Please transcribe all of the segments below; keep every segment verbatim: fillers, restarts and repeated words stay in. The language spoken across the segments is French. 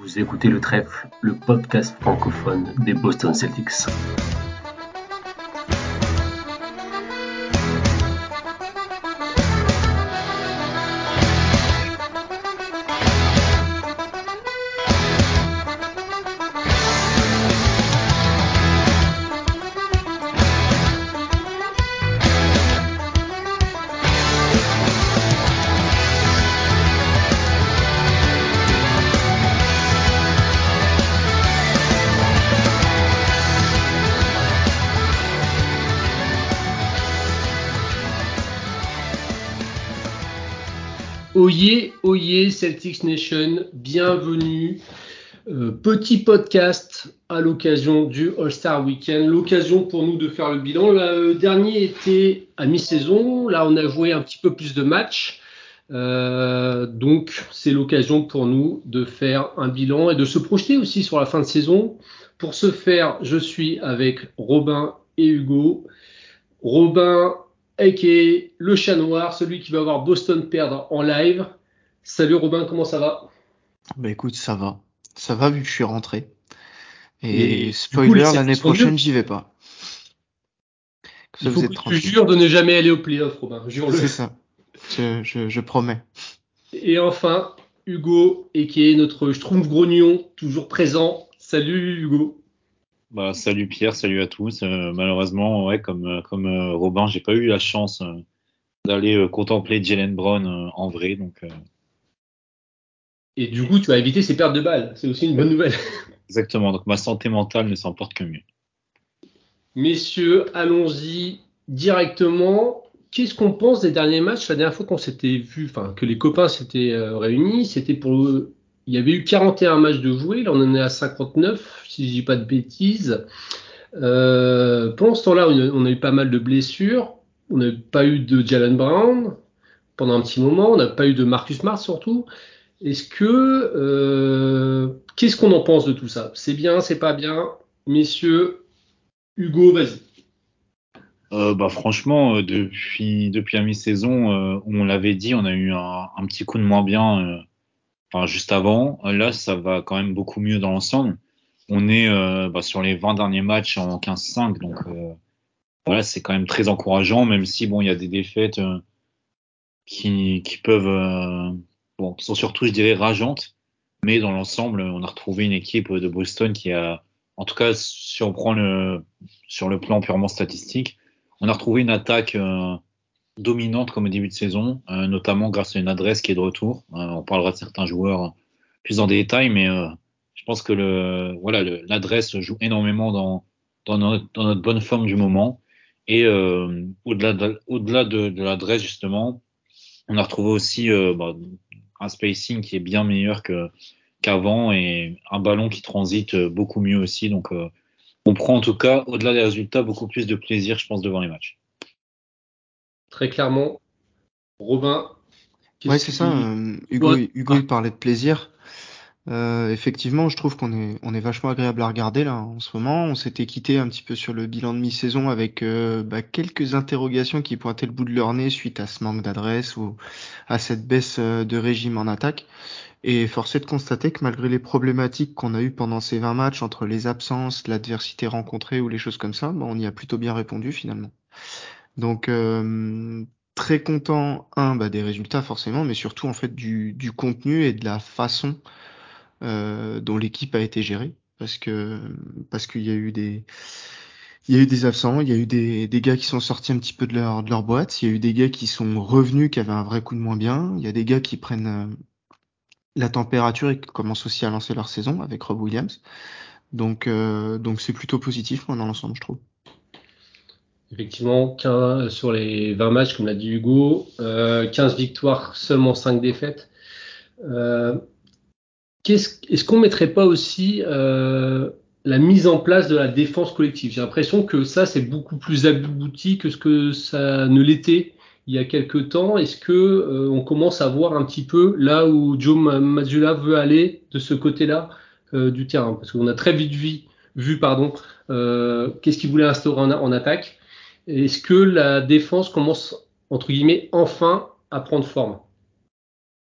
Vous écoutez Le Trèfle, le podcast francophone des Boston Celtics. Oyez, oyez Celtics Nation, bienvenue. Euh, petit podcast à l'occasion du All-Star Weekend, l'occasion pour nous de faire le bilan. Le dernier était à mi-saison, là on a joué un petit peu plus de matchs, euh, donc c'est l'occasion pour nous de faire un bilan et de se projeter aussi sur la fin de saison. Pour ce faire, je suis avec Robin et Hugo. Robin, aka le chat noir, celui qui va voir Boston perdre en live. Salut Robin, comment ça va? Bah écoute, ça va. Ça va vu que je suis rentré. Et Et du coup, les spoiler, l'année Celtics vont mieux. prochaine, j'y vais pas. Comme Il ça, faut vous que êtes tu tranquille. jures de ne jamais aller au playoff, Robin, jure-le. C'est ça. Je, je, je promets. Et enfin, Hugo, aka notre Schtroumpf grognon, toujours présent. Salut Hugo. Bah, salut Pierre, salut à tous. Euh, malheureusement, ouais, comme, euh, comme euh, Robin, j'ai pas eu la chance euh, d'aller euh, contempler Jaylen Brown euh, en vrai. Donc, euh, Et du coup, tu vas éviter ces pertes de balles. C'est aussi une bonne nouvelle. exactement. Donc, ma santé mentale ne s'en porte que mieux. Messieurs, allons-y directement. Qu'est-ce qu'on pense des derniers matchs? La dernière fois qu'on s'était vu, enfin que les copains s'étaient euh, réunis, c'était pour. Il y avait eu quarante et un matchs de jouer, là on en est à cinquante-neuf, si je dis pas de bêtises. Euh, pendant ce temps-là, on a, on a eu pas mal de blessures. On n'a pas eu de Jalen Brown pendant un petit moment. On n'a pas eu de Marcus Smart surtout. Est-ce que euh, qu'est-ce qu'on en pense de tout ça? C'est bien, c'est pas bien, messieurs. Hugo, vas-y. Euh, bah, franchement, euh, depuis, depuis la mi-saison, euh, on l'avait dit, on a eu un, un petit coup de moins bien euh, enfin, juste avant. Euh, Là, ça va quand même beaucoup mieux dans l'ensemble. On est euh, bah, sur les vingt derniers matchs en quinze cinq. Donc, euh, voilà, c'est quand même très encourageant, même si, bon, il y a des défaites. Euh, qui, qui peuvent, euh, bon, qui sont surtout, je dirais, rageantes. Mais dans l'ensemble, on a retrouvé une équipe de Boston qui a, en tout cas, si on prend le, sur le plan purement statistique, on a retrouvé une attaque euh, dominante comme au début de saison, euh, notamment grâce à une adresse qui est de retour. Euh, on parlera de certains joueurs plus en détail, mais euh, je pense que le, voilà, le, l'adresse joue énormément dans, dans notre, dans notre bonne forme du moment. Et euh, au-delà de, au-delà de, de l'adresse, justement, on a retrouvé aussi euh, bah, un spacing qui est bien meilleur que qu'avant et un ballon qui transite euh, beaucoup mieux aussi. Donc, euh, on prend en tout cas, au-delà des résultats, beaucoup plus de plaisir, je pense, devant les matchs. Très clairement, Robin, Ouais, qu'est-ce c'est ça. qui. euh, Hugo, Toi, Hugo, ah, il parlait de plaisir. Euh, effectivement, je trouve qu'on est, on est vachement agréable à regarder là en ce moment. On s'était quitté un petit peu sur le bilan de mi-saison avec euh, bah, quelques interrogations qui pointaient le bout de leur nez suite à ce manque d'adresse ou à cette baisse euh, de régime en attaque. Et force est de constater que malgré les problématiques qu'on a eues pendant ces vingt matchs, entre les absences, l'adversité rencontrée ou les choses comme ça, bah, on y a plutôt bien répondu finalement. Donc euh, très content, un, bah, des résultats forcément, mais surtout en fait du, du contenu et de la façon euh, dont l'équipe a été gérée. Parce que parce qu'il y a eu des il y a eu des absents, il y a eu des, des gars qui sont sortis un petit peu de leur de leur boîte, il y a eu des gars qui sont revenus qui avaient un vrai coup de moins bien, il y a des gars qui prennent euh, la température et qui commencent aussi à lancer leur saison avec Rob Williams. Donc, euh, donc c'est plutôt positif, moi, dans l'ensemble, je trouve. effectivement, quinze, sur les vingt matchs, comme l'a dit Hugo, euh, quinze victoires, seulement cinq défaites. Euh, qu'est-ce, est-ce qu'on ne mettrait pas aussi euh, la mise en place de la défense collective? J'ai l'impression que ça, c'est beaucoup plus abouti que ce que ça ne l'était il y a quelques temps. Est-ce que euh, on commence à voir un petit peu là où Joe Ma- Mazzulla veut aller de ce côté-là euh, du terrain? Parce qu'on a très vite vu, vu pardon, euh, qu'est-ce qu'il voulait instaurer en, en attaque. Est-ce que la défense commence, entre guillemets, enfin à prendre forme?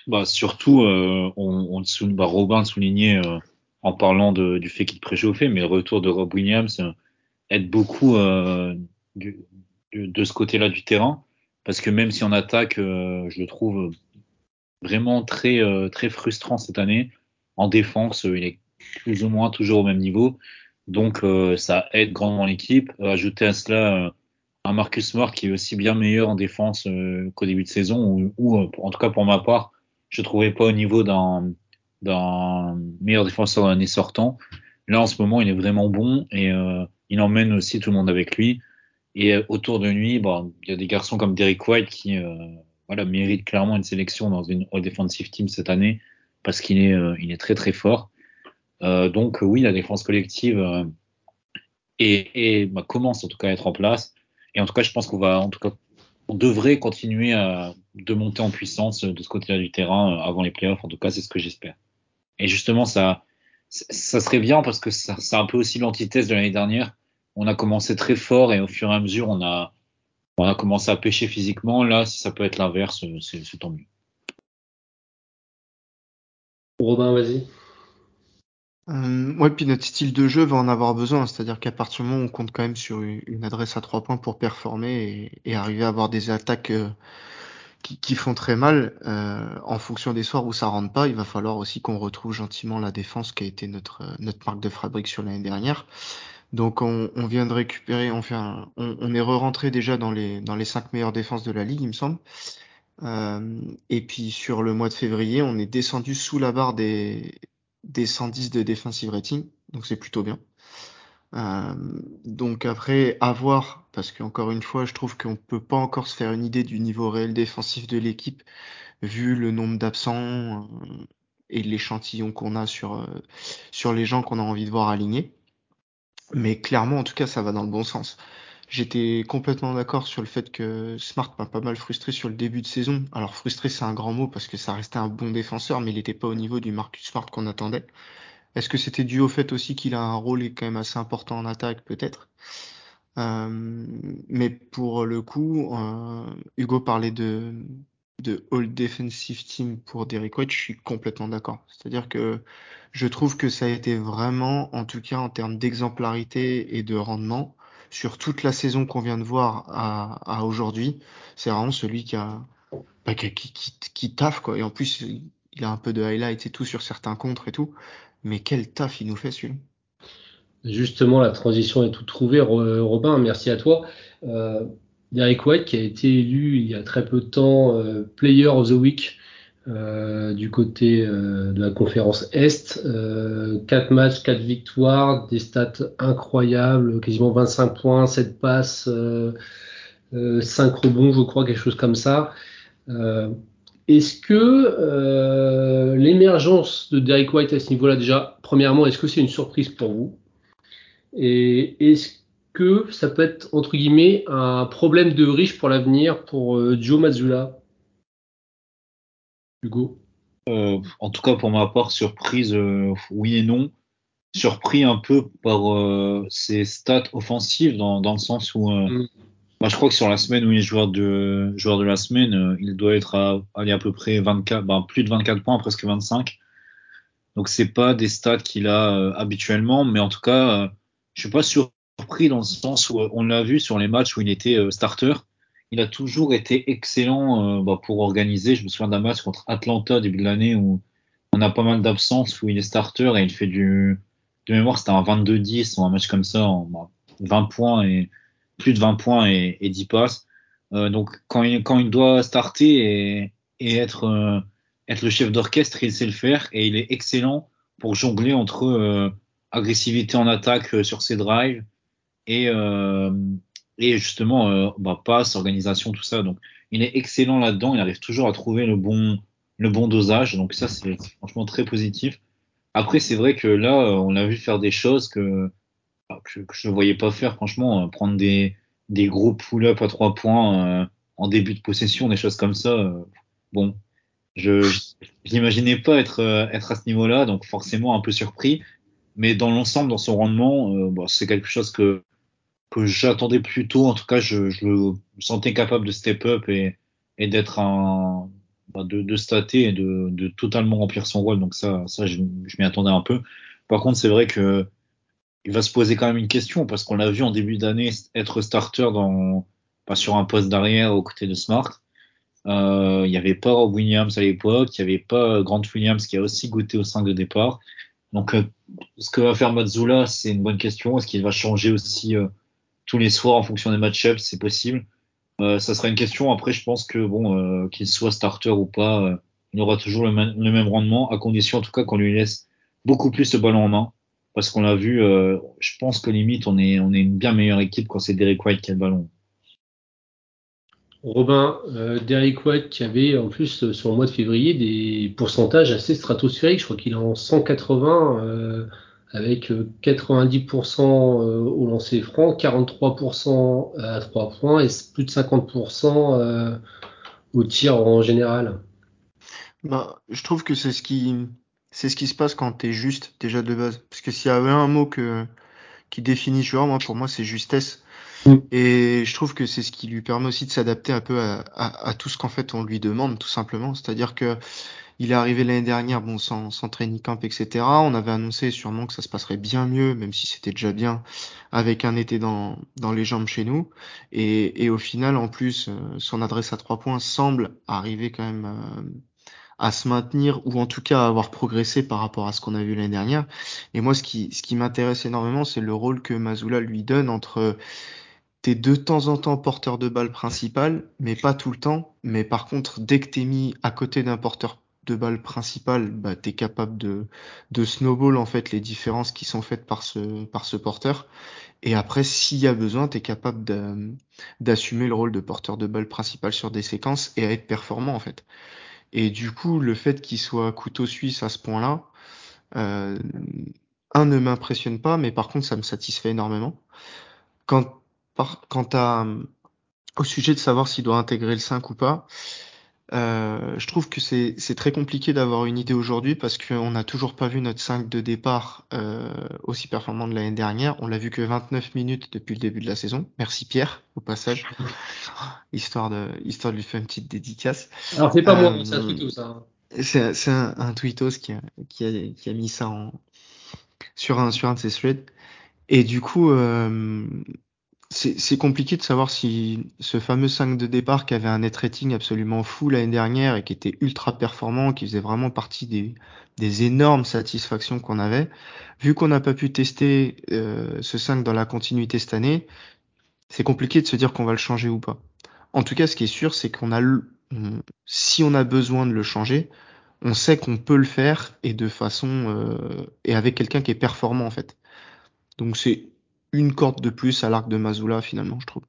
Bah, surtout, euh, on, on le souligne, bah, Robin le soulignait euh, en parlant de, du fait qu'il préchauffait, mais le retour de Rob Williams euh, aide beaucoup euh, du- du- de ce côté-là du terrain, parce que même si on attaque, euh, je le trouve vraiment très euh, très frustrant cette année. En défense, euh, il est plus ou moins toujours au même niveau, donc euh, ça aide grandement l'équipe. Euh, ajouter à cela euh, un Marcus Smart qui est aussi bien meilleur en défense euh, qu'au début de saison, ou, ou, euh, en tout cas pour ma part, je trouvais pas au niveau d'un d'un meilleur défenseur de l'année sortant. Là en ce moment, il est vraiment bon et euh, il emmène aussi tout le monde avec lui. Et euh, autour de lui, bon, il y a des garçons comme Derrick White qui euh, voilà, méritent clairement une sélection dans une All Defensive Team cette année parce qu'il est, euh, il est très très fort. Euh, donc oui, la défense collective euh, et, et bah, commence en tout cas à être en place. Et en tout cas, je pense qu'on va, en tout cas, on devrait continuer à, de monter en puissance de ce côté-là du terrain euh, avant les playoffs. En tout cas, c'est ce que j'espère. Et justement, ça, ça serait bien parce que ça, c'est un peu aussi l'antithèse de l'année dernière. On a commencé très fort et au fur et à mesure, on a, on a commencé à pêcher physiquement. Là, si ça peut être l'inverse, c'est, c'est tant mieux. Robin, vas-y. Euh, ouais, puis notre style de jeu va en avoir besoin, c'est-à-dire qu'à partir du moment où on compte quand même sur une une adresse à trois points pour performer et, et arriver à avoir des attaques euh, qui, qui font très mal, euh, en fonction des soirs où ça rentre pas, il va falloir aussi qu'on retrouve gentiment la défense qui a été notre euh, notre marque de fabrique sur l'année dernière. Donc on, on vient de récupérer, on fait un- on, on est re-rentré déjà dans les dans les cinq meilleures défenses de la ligue, il me semble. Euh, et puis sur le mois de février, on est descendu sous la barre des, des cent dix de defensive rating, donc c'est plutôt bien. Euh, donc après, à voir, parce qu'encore une fois, je trouve qu'on peut pas encore se faire une idée du niveau réel défensif de l'équipe, vu le nombre d'absents euh, et l'échantillon qu'on a sur, euh, sur les gens qu'on a envie de voir alignés. Mais clairement, en tout cas, ça va dans le bon sens. J'étais complètement d'accord sur le fait que Smart m'a pas mal frustré sur le début de saison. Alors frustré, c'est un grand mot parce que ça restait un bon défenseur, mais il n'était pas au niveau du Marcus Smart qu'on attendait. Est-ce que c'était dû au fait aussi qu'il a un rôle quand même assez important en attaque, peut-être? Euh, mais pour le coup, euh, Hugo parlait de, de All Defensive Team pour Derrick White, je suis complètement d'accord. C'est-à-dire que je trouve que ça a été vraiment, en tout cas en termes d'exemplarité et de rendement, sur toute la saison qu'on vient de voir à, à aujourd'hui, c'est vraiment celui qui a, bah, qui, qui, qui, qui taffe, quoi. Et en plus, il a un peu de highlights et tout sur certains contres et tout. Mais quel taf il nous fait, celui-là. Justement, la transition est toute trouvée. Ro- Robin, merci à toi. Euh, Derek White, qui a été élu il y a très peu de temps euh, Player of the Week euh, du côté euh, de la conférence Est. Euh, quatre matchs, quatre victoires, des stats incroyables, quasiment vingt-cinq points, sept passes, euh, euh, cinq rebonds, je crois, quelque chose comme ça. Euh, est-ce que euh, l'émergence de Derek White à ce niveau-là, déjà, premièrement, est-ce que c'est une surprise pour vous? Et est-ce que ça peut être, entre guillemets, un problème de riche pour l'avenir pour euh, Joe Mazzulla, Hugo? Euh, en tout cas, pour ma part, surprise, euh, oui et non. Surpris un peu par euh, ses stats offensives dans, dans le sens où euh, Mm. bah, je crois que sur la semaine où il est joueur de joueur de la semaine, euh, il doit être à aller à peu près vingt-quatre, bah, plus de vingt-quatre points, presque vingt-cinq. Donc c'est pas des stats qu'il a euh, habituellement, mais en tout cas, euh, je suis pas surpris dans le sens où euh, on l'a vu sur les matchs où il était euh, starter. Il a toujours été excellent euh, bah, pour organiser. Je me souviens d'un match contre Atlanta début de l'année où on a pas mal d'absences où il est starter et il fait du de mémoire c'était un vingt-deux dix ou un match comme ça en bah, vingt points et plus de vingt points et, et dix passes. Euh, donc quand il quand il doit starter et, et être euh, être le chef d'orchestre, il sait le faire et il est excellent pour jongler entre euh, agressivité en attaque euh, sur ses drives et euh, et justement euh, bah, passe, organisation, tout ça. Donc il est excellent là-dedans. Il arrive toujours à trouver le bon le bon dosage. Donc ça c'est c'est franchement très positif. Après c'est vrai que là euh, on l'a vu faire des choses que que, que je ne voyais pas faire. Franchement, euh, prendre des des gros pull-up à trois points euh, en début de possession, des choses comme ça. euh, bon, je, je j'imaginais pas être euh, être à ce niveau-là, donc forcément un peu surpris. Mais dans l'ensemble, dans son rendement, euh, bon, c'est quelque chose que que j'attendais plus tôt. En tout cas, je, je le sentais capable de step up et et d'être un bah, de, de stater et de, de totalement remplir son rôle. Donc ça, ça je, je m'y attendais un peu. Par contre, c'est vrai que il va se poser quand même une question parce qu'on l'a vu en début d'année être starter dans, pas sur un poste d'arrière aux côtés de Smart. Euh, il n'y avait pas Rob Williams à l'époque, il n'y avait pas Grant Williams qui a aussi goûté au cinq de départ. Donc, euh, ce que va faire Mazzulla, c'est une bonne question. Est-ce qu'il va changer aussi euh, tous les soirs en fonction des match-ups? C'est possible. Euh, ça sera une question. Après, je pense que bon, euh, qu'il soit starter ou pas, euh, il aura toujours le, même le même rendement, à condition en tout cas qu'on lui laisse beaucoup plus le ballon en main. Parce qu'on l'a vu, euh, je pense que limite, on est, on est une bien meilleure équipe quand c'est Derek White qui a le ballon. Robin, euh, Derrick White qui avait en plus euh, sur le mois de février des pourcentages assez stratosphériques. Je crois qu'il est en cent quatre-vingts euh, avec euh, quatre-vingt-dix pour cent euh, au lancer franc, quarante-trois pour cent à trois points et plus de cinquante pour cent euh, au tir en général. Bah, je trouve que c'est ce qui, c'est ce qui se passe quand t'es juste déjà de base. Parce que s'il y avait un mot que, qui définit ce joueur, moi, pour moi, c'est justesse. Mm. Et je trouve que c'est ce qui lui permet aussi de s'adapter un peu à, à, à tout ce qu'en fait on lui demande, tout simplement. C'est-à-dire que il est arrivé l'année dernière, bon, sans, sans training camp, et cetera. On avait annoncé sûrement que ça se passerait bien mieux, même si c'était déjà bien, avec un été dans, dans les jambes chez nous. Et, et au final, en plus, euh, son adresse à trois points semble arriver quand même euh, à se maintenir, ou en tout cas à avoir progressé par rapport à ce qu'on a vu l'année dernière. Et moi, ce qui, ce qui m'intéresse énormément, c'est le rôle que Mazzulla lui donne entre t'es de temps en temps porteur de balle principal, mais pas tout le temps. Mais par contre, dès que t'es mis à côté d'un porteur de balle principal, bah, t'es capable de, de snowball, en fait, les différences qui sont faites par ce, par ce porteur. Et après, s'il y a besoin, t'es capable d'a- d'assumer le rôle de porteur de balle principal sur des séquences et à être performant, en fait. Et du coup, le fait qu'il soit couteau suisse à ce point-là, euh, un ne m'impressionne pas, mais par contre, ça me satisfait énormément. Quand, par, quant à, au sujet de savoir s'il doit intégrer le cinq ou pas, euh, je trouve que c'est c'est très compliqué d'avoir une idée aujourd'hui parce qu'on n'a toujours pas vu notre cinq de départ euh, aussi performant de l'année dernière. On l'a vu que vingt-neuf minutes depuis le début de la saison. Merci Pierre, au passage, histoire de histoire de lui faire une petite dédicace. Alors c'est pas moi, c'est un Euh, tweetos ça. Hein. c'est c'est un, un tweetos qui a, qui a qui a mis ça en sur un sur un de ses threads. Et du coup, euh, C'est c'est compliqué de savoir si ce fameux cinq de départ qui avait un net rating absolument fou l'année dernière et qui était ultra performant, qui faisait vraiment partie des, des énormes satisfactions qu'on avait, vu qu'on n'a pas pu tester euh, ce cinq dans la continuité cette année, c'est compliqué de se dire qu'on va le changer ou pas. En tout cas, ce qui est sûr, c'est qu'on a le- on- si on a besoin de le changer, on sait qu'on peut le faire et de façon euh, et avec quelqu'un qui est performant en fait. Donc c'est une corde de plus à l'arc de Mazula finalement, je trouve.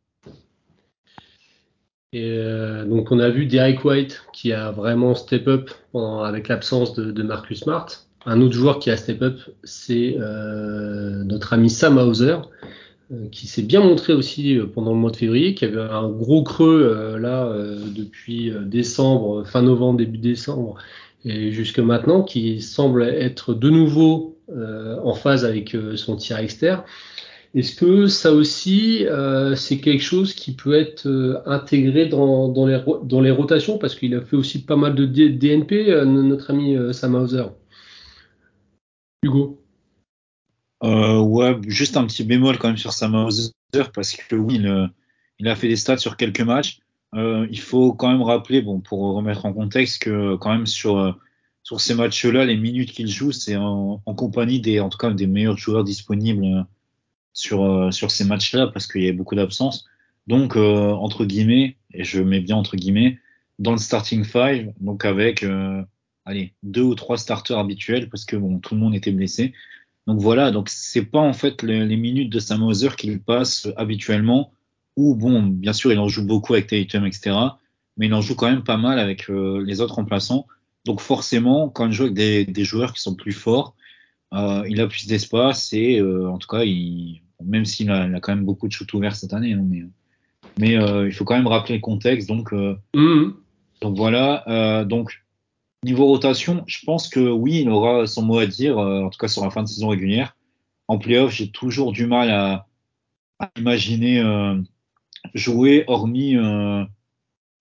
Et euh, donc on a vu Derrick White qui a vraiment step up pendant- avec l'absence de, de Marcus Smart. Un autre joueur qui a step up, c'est euh, notre ami Sam Hauser, euh, qui s'est bien montré aussi euh, pendant le mois de février, qui avait un gros creux euh, là euh, depuis euh, décembre, fin novembre, début décembre, et jusque maintenant, qui semble être de nouveau euh, en phase avec euh, son tir externe. Est-ce que ça aussi, euh, c'est quelque chose qui peut être euh, intégré dans, dans les, ro- dans les rotations? Parce qu'il a fait aussi pas mal de D- DNP, euh, notre ami euh, Sam Hauser. Hugo. Euh, ouais, juste un petit bémol quand même sur Sam Hauser parce que oui, il, euh, il a fait des stats sur quelques matchs. Euh, il faut quand même rappeler, bon, pour remettre en contexte, que quand même sur euh, sur ces matchs-là, les minutes qu'il joue, c'est en, en compagnie des, en tout cas, des meilleurs joueurs disponibles euh, sur euh, sur ces matchs-là parce qu'il y a beaucoup d'absences. Donc euh, entre guillemets, et je mets bien entre guillemets, dans le starting five, donc avec euh, allez deux ou trois starters habituels parce que bon, tout le monde était blessé. Donc voilà, donc c'est pas en fait les, les minutes de Sam Hauser qu'il passe habituellement, ou bon, bien sûr, il en joue beaucoup avec Tatum, et cetera. Mais il en joue quand même pas mal avec euh, les autres remplaçants. Donc forcément, quand il joue avec des, des joueurs qui sont plus forts, euh, il a plus d'espace et euh, en tout cas, il, même s'il a, il a quand même beaucoup de shoots ouverts cette année, hein, mais, mais euh, il faut quand même rappeler le contexte. Donc, euh, Mhm. donc voilà, euh, donc niveau rotation, je pense que oui, il aura son mot à dire, euh, en tout cas sur la fin de saison régulière. En playoff, j'ai toujours du mal à, à imaginer euh, jouer hormis, euh,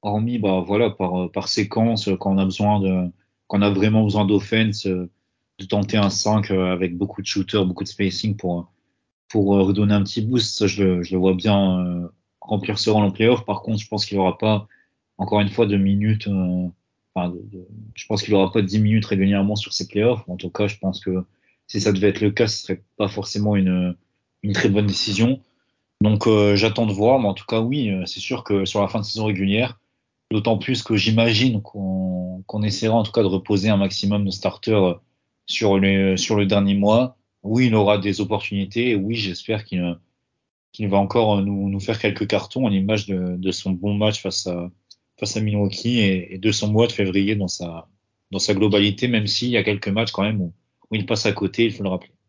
hormis bah voilà par par séquence quand on a besoin de quand on a vraiment besoin d'offense, euh, de tenter un cinq euh, avec beaucoup de shooters, beaucoup de spacing pour pour euh, redonner un petit boost. Ça, je le, je le vois bien euh, remplir ce rôle en playoff. Par contre, je pense qu'il aura pas encore une fois de minutes. Euh, enfin, de, de- je pense qu'il aura pas dix minutes régulièrement sur ses playoffs. En tout cas, je pense que si ça devait être le cas, ce serait pas forcément une une très bonne décision. Donc euh, j'attends de voir, mais en tout cas oui, euh, c'est sûr que sur la fin de saison régulière, d'autant plus que j'imagine qu'on qu'on essaiera en tout cas de reposer un maximum de starters euh, sur les sur le dernier mois. Oui, il aura des opportunités. Et oui, j'espère qu'il euh, qu'il va encore euh, nous nous faire quelques cartons à l'image de de son bon match face à face à Milwaukee et, et de son mois de février dans sa dans sa globalité, même s'il y a quelques matchs quand même où, où il passe à côté, il faut le rappeler.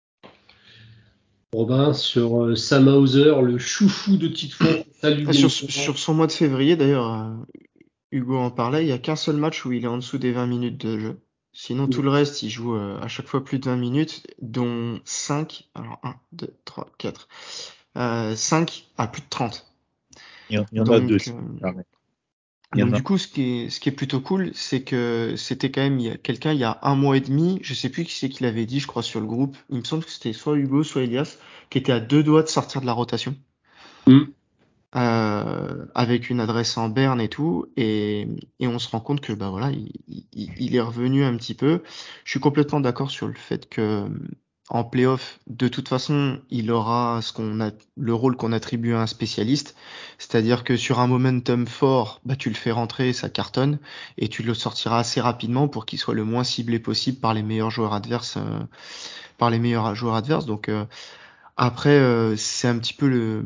Robin, sur euh, Sam Hauser, le chouchou de Titefont. Salut Ah, bien Sur, évidemment. sur son mois de février, d'ailleurs, euh, Hugo en parlait, il y a qu'un seul match où il est en dessous des vingt minutes de jeu. Sinon, tout le reste, il joue euh, à chaque fois plus de vingt minutes, dont cinq, alors un, deux, trois, quatre, euh, cinq à plus de trente. Il y en, il y en a deux. Donc, Si euh, tu me permets. Il y en donc a. du coup, ce qui est, ce qui est plutôt cool, c'est que c'était quand même il y a quelqu'un il y a un mois et demi, je sais plus qui c'est qui l'avait dit, je crois sur le groupe. Il me semble que c'était soit Hugo, soit Elias, qui était à deux doigts de sortir de la rotation, Mm. euh, avec une adresse en berne et tout, et, et on se rend compte que bah voilà, il, il, il est revenu un petit peu. Je suis complètement d'accord sur le fait que en playoff, de toute façon, il aura ce qu'on a, le rôle qu'on attribue à un spécialiste, c'est-à-dire que sur un momentum fort, bah tu le fais rentrer, ça cartonne, et tu le sortiras assez rapidement pour qu'il soit le moins ciblé possible par les meilleurs joueurs adverses, euh, par les meilleurs joueurs adverses. Donc euh, après, euh, c'est un petit peu le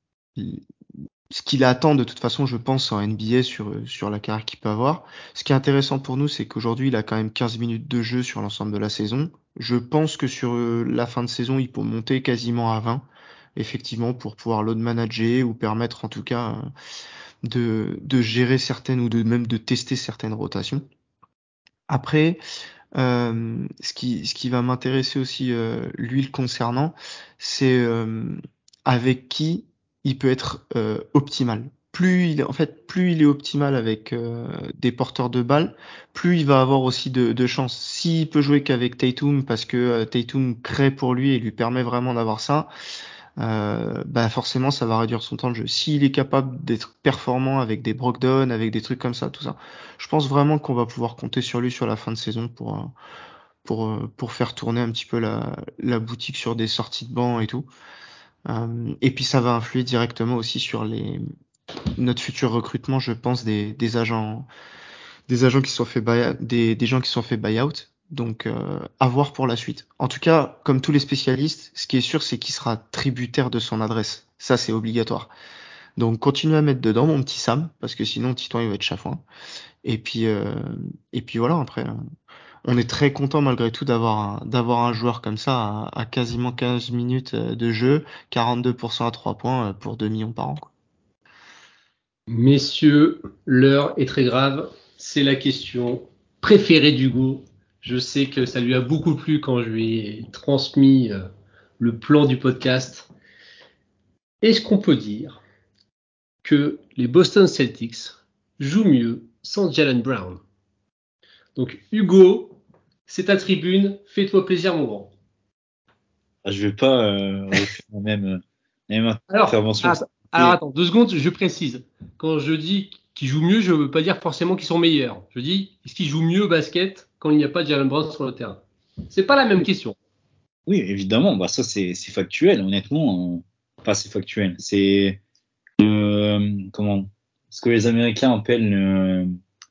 ce qu'il attend de toute façon, je pense, en N B A sur, sur la carrière qu'il peut avoir. Ce qui est intéressant pour nous, c'est qu'aujourd'hui, il a quand même quinze minutes de jeu sur l'ensemble de la saison. Je pense que sur euh, la fin de saison, il peut monter quasiment à vingt, effectivement, pour pouvoir load manager ou permettre en tout cas euh, de, de gérer certaines ou de même de tester certaines rotations. Après, euh, ce qui, ce qui va m'intéresser aussi, euh, lui, le concernant, c'est euh, avec qui il peut être euh, optimal. Plus il est, en fait, plus il est optimal avec euh, des porteurs de balles, plus il va avoir aussi de, de chances. S'il peut jouer qu'avec Tatum, parce que euh, Tatum crée pour lui et lui permet vraiment d'avoir ça, euh, bah forcément ça va réduire son temps de jeu. S'il est capable d'être performant avec des Brogdon, avec des trucs comme ça, tout ça, je pense vraiment qu'on va pouvoir compter sur lui sur la fin de saison pour euh, pour euh, pour faire tourner un petit peu la la boutique sur des sorties de banc et tout. Euh, et puis ça va influer directement aussi sur les notre futur recrutement, je pense, des des agents des agents qui se sont fait buy- des des gens qui se sont fait buy-out. Donc euh, à voir pour la suite. En tout cas, comme tous les spécialistes, ce qui est sûr, c'est qu'il sera tributaire de son adresse. Ça, c'est obligatoire. Donc continue à mettre dedans, mon petit Sam, parce que sinon Titan il va être chafouin. Et puis euh, et puis voilà. Après, euh, on est très content malgré tout d'avoir un, d'avoir un joueur comme ça à, à quasiment quinze minutes euh, de jeu, quarante-deux pour cent à trois points euh, pour deux millions par an, quoi. Messieurs, l'heure est très grave. C'est la question préférée d'Hugo. Je sais que ça lui a beaucoup plu quand je lui ai transmis euh, le plan du podcast. Est-ce qu'on peut dire que les Boston Celtics jouent mieux sans Jalen Brown? Donc Hugo, c'est ta tribune. Fais-toi plaisir, mon grand. Ah, je vais pas euh, refaire la même, la même Alors, intervention. att- alors attends, deux secondes, je précise. Quand je dis qu'ils jouent mieux, je ne veux pas dire forcément qu'ils sont meilleurs. Je dis, est-ce qu'ils jouent mieux au basket quand il n'y a pas de Jalen Brown sur le terrain? C'est pas la même question. Oui, évidemment, bah ça c'est c'est factuel, honnêtement. euh, Enfin, c'est factuel. C'est euh, comment ce que les Américains appellent euh,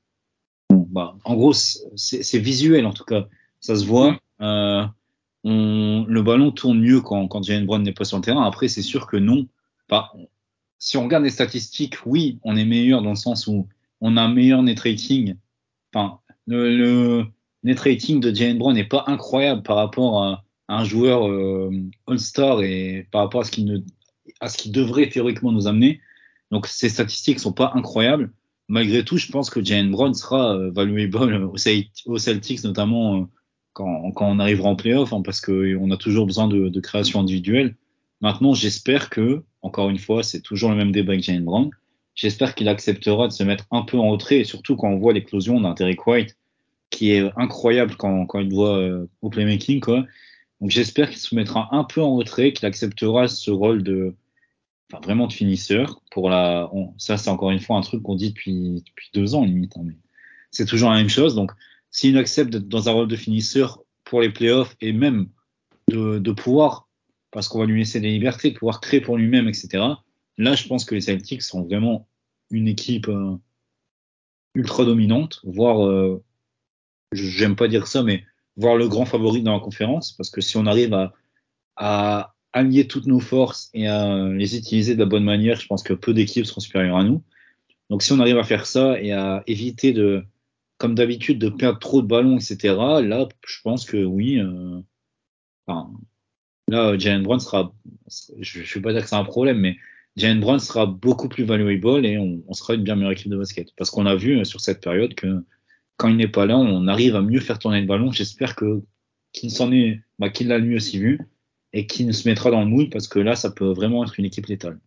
bah en gros c'est c'est c'est visuel en tout cas. Ça se Mm. voit. Euh, on, le ballon tourne mieux quand quand Jalen Brown n'est pas sur le terrain. Après, c'est sûr que non. Enfin, si on regarde les statistiques, oui, on est meilleur dans le sens où on a un meilleur net rating. Enfin, le, le net rating de Jalen Brown n'est pas incroyable par rapport à, à un joueur euh, All-Star et par rapport à ce qu'il ne, à ce qu'il devrait théoriquement nous amener. Donc, ces statistiques sont pas incroyables. Malgré tout, je pense que Jalen Brown sera euh, valuable au Celt- aux Celtics, notamment euh, quand, quand on arrivera en playoff, hein, parce qu'on a toujours besoin de, de création individuelle. Maintenant, j'espère que, encore une fois, c'est toujours le même débat avec Jalen Brown. j'espère qu'il acceptera de se mettre un peu en retrait, et surtout quand on voit l'éclosion d'un Derrick White, qui est incroyable quand, quand il doit euh, au playmaking, quoi. Donc j'espère qu'il se mettra un peu en retrait, qu'il acceptera ce rôle de, enfin vraiment de finisseur. Pour la, on- ça c'est encore une fois un truc qu'on dit depuis depuis deux ans limite, hein, mais c'est toujours la même chose. Donc s'il accepte d'être dans un rôle de finisseur pour les playoffs et même de, de pouvoir, parce qu'on va lui laisser des libertés, de pouvoir créer pour lui-même, et cetera. Là, je pense que les Celtics sont vraiment une équipe euh, ultra dominante, voire, euh, j'aime pas dire ça, mais voire le grand favori dans la conférence, parce que si on arrive à, à allier toutes nos forces et à les utiliser de la bonne manière, je pense que peu d'équipes seront supérieures à nous. Donc si on arrive à faire ça et à éviter de, comme d'habitude, de perdre trop de ballons, et cetera, là, je pense que oui, euh, enfin, là, Jalen Brown sera, je ne vais pas dire que c'est un problème, mais Jalen Brown sera beaucoup plus valuable et on, on sera une bien meilleure équipe de basket. Parce qu'on a vu euh, sur cette période que quand il n'est pas là, on arrive à mieux faire tourner le ballon. J'espère que qu'il s'en est, bah, qu'il l'a lui aussi vu et qu'il se mettra dans le moule parce que là, ça peut vraiment être une équipe létale.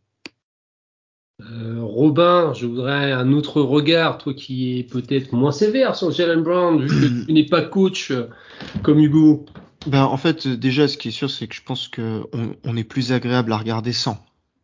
Euh, Robin, je voudrais un autre regard, toi qui es peut-être moins sévère sur Jalen Brown, vu que tu n'es pas coach euh, comme Hugo. Ben, en fait, euh, déjà, ce qui est sûr, c'est que je pense que on, on est plus agréable à regarder sans.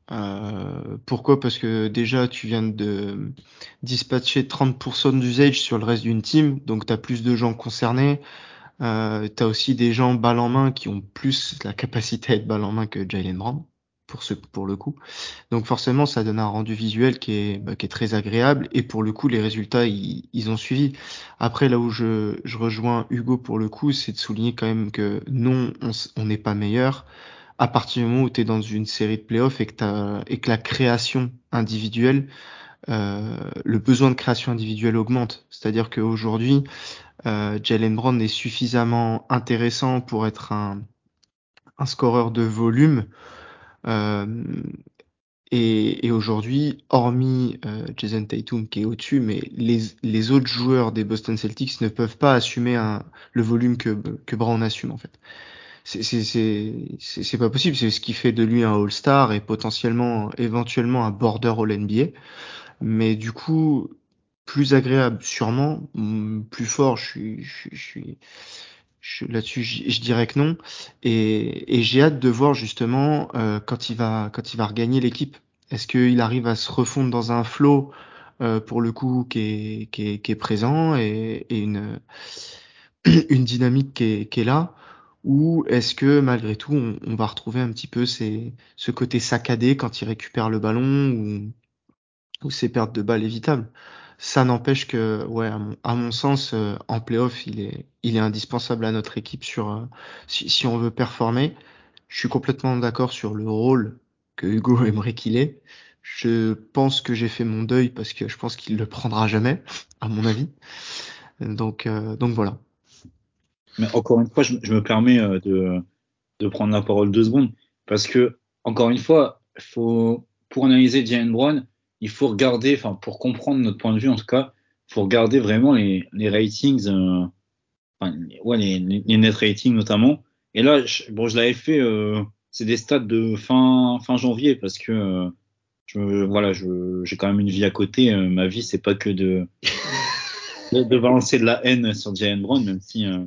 Euh, pourquoi? Parce que déjà, tu viens de dispatcher trente pour cent d'usage sur le reste d'une team, donc tu as plus de gens concernés. Euh, tu as aussi des gens balle en main qui ont plus la capacité à être balle en main que Jalen Brown, pour ce, pour le coup. Donc forcément, ça donne un rendu visuel qui est, bah, qui est très agréable. Et pour le coup, les résultats, ils, ils ont suivi. Après, là où je, je rejoins Hugo pour le coup, c'est de souligner quand même que non, on s- on n'est pas meilleur. À partir du moment où tu es dans une série de playoffs et que, t'as, et que la création individuelle, euh, le besoin de création individuelle augmente. C'est-à-dire qu'aujourd'hui, euh, Jalen Brown est suffisamment intéressant pour être un, un scoreur de volume. Euh, Et, et aujourd'hui, hormis euh, Jason Tatum qui est au-dessus, mais les, les autres joueurs des Boston Celtics ne peuvent pas assumer un, le volume que, que Brown assume en fait. C'est c'est c'est c'est c'est pas possible. C'est ce qui fait de lui un All-Star et potentiellement, éventuellement un border All-N B A. Mais du coup, plus agréable sûrement, hum, plus fort. Je suis je suis je suis je- là-dessus, je, je dirais que non. Et, et j'ai hâte de voir justement euh, quand il va quand il va regagner l'équipe. Est-ce qu'il arrive à se refondre dans un flow euh, pour le coup qui est, qui est, qui est présent et, et une, une dynamique qui est, qui est là? Ou est-ce que malgré tout on, on va retrouver un petit peu ces, ce côté saccadé quand il récupère le ballon ou, ou ces pertes de balles évitables? Ça n'empêche que, ouais, à mon, à mon sens, euh, en playoff, il est, il est indispensable à notre équipe sur, euh, si, si on veut performer. Je suis complètement d'accord sur le rôle que Hugo aimerait qu'il ait. Je pense que j'ai fait mon deuil parce que je pense qu'il le prendra jamais, à mon avis. Donc, euh, donc voilà. Mais encore une fois, je, je me permets euh, de, de prendre la parole deux secondes parce que, encore une fois, faut, pour analyser Jalen Brown, il faut regarder, enfin, pour comprendre notre point de vue en tout cas, il faut regarder vraiment les, les ratings. Euh, enfin, ouais, les, les net ratings notamment. Et là, je, bon, je l'avais fait, euh, c'est des stats de fin, fin janvier parce que euh, je, voilà, je, j'ai quand même une vie à côté. Euh, ma vie, c'est pas que de, de, de balancer de la haine sur Jalen Brown, même si, euh,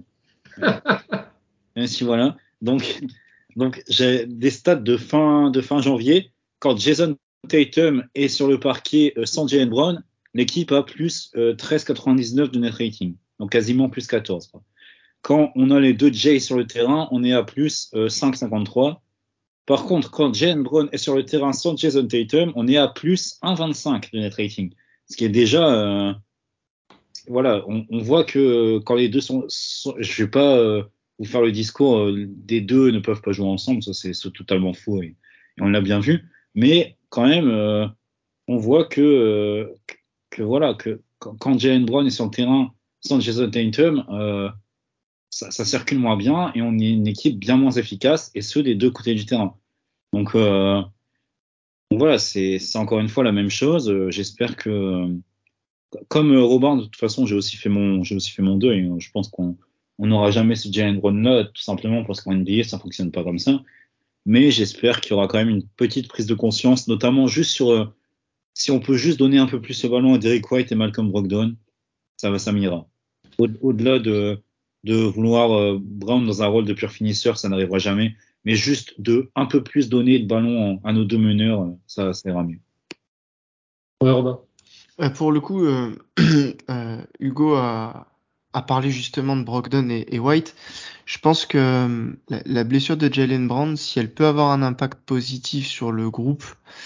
même si voilà. Donc, donc j'ai des stats de fin, de fin janvier. Quand Jason Tatum est sur le parquet euh, sans Jalen Brown, l'équipe a plus euh, treize virgule quatre-vingt-dix-neuf de net rating, donc quasiment plus quatorze. Quoi. Quand on a les deux Jays sur le terrain, on est à plus euh, cinq virgule cinquante-trois. Par contre, quand Jalen Brown est sur le terrain sans Jason Tatum, on est à plus un virgule vingt-cinq de net rating. Ce qui est déjà, euh, voilà, on, on voit que euh, quand les deux sont, sont je vais pas euh, vous faire le discours, euh, des deux ne peuvent pas jouer ensemble, ça c'est, c'est totalement faux et, et on l'a bien vu. Mais quand même, euh, on voit que, euh, que voilà, que quand, quand Jalen Brown est sur le terrain sans Jason Tatum, euh, ça, ça circule moins bien et on est une équipe bien moins efficace, et ce des deux côtés du terrain. Donc, euh, donc voilà, c'est, c'est encore une fois la même chose. Euh, j'espère que, euh, comme euh, Robin, de toute façon, j'ai aussi fait mon, j'ai aussi fait mon deuil. Euh, Je pense qu'on on n'aura jamais ce Jalen Brown là, tout simplement parce qu'en N B A, ça fonctionne pas comme ça. Mais j'espère qu'il y aura quand même une petite prise de conscience, notamment juste sur, euh, si on peut juste donner un peu plus le ballon à Derrick White et Malcolm Brogdon, ça va, ça m'ira. Au- Au-delà de, de vouloir euh, Brown dans un rôle de pur finisseur, ça n'arrivera jamais. Mais juste de un peu plus donner de ballon à nos deux meneurs, euh, ça, ça ira mieux. Ouais, Robin. Euh, pour le coup, euh, euh, Hugo a, a parlé justement de Brogdon et, et White. Je pense que euh, la, la blessure de Jaylen Brown, si elle peut avoir un impact positif sur le groupe,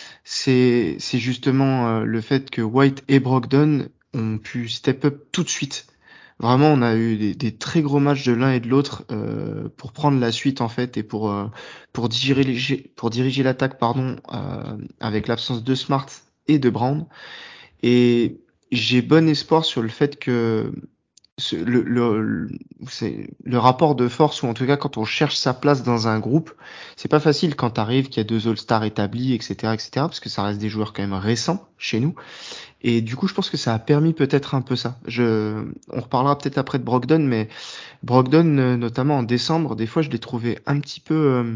c'est c'est justement euh, le fait que White et Brogdon ont pu step up tout de suite. Vraiment, on a eu des, des très gros matchs de l'un et de l'autre euh, pour prendre la suite en fait et pour euh, pour diriger pour diriger l'attaque pardon euh, avec l'absence de Smart et de Brown. Et j'ai bon espoir sur le fait que ce- le, le, le- c'est le rapport de force, ou en tout cas quand on cherche sa place dans un groupe, c'est pas facile quand t'arrives, qu'il y a deux All-Stars établis, et cetera, et cetera, parce que ça reste des joueurs quand même récents chez nous. Et du coup, je pense que ça a permis peut-être un peu ça. Je, on reparlera peut-être après de Brogdon, mais Brogdon, euh, notamment en décembre, des fois, je l'ai trouvé un petit peu euh,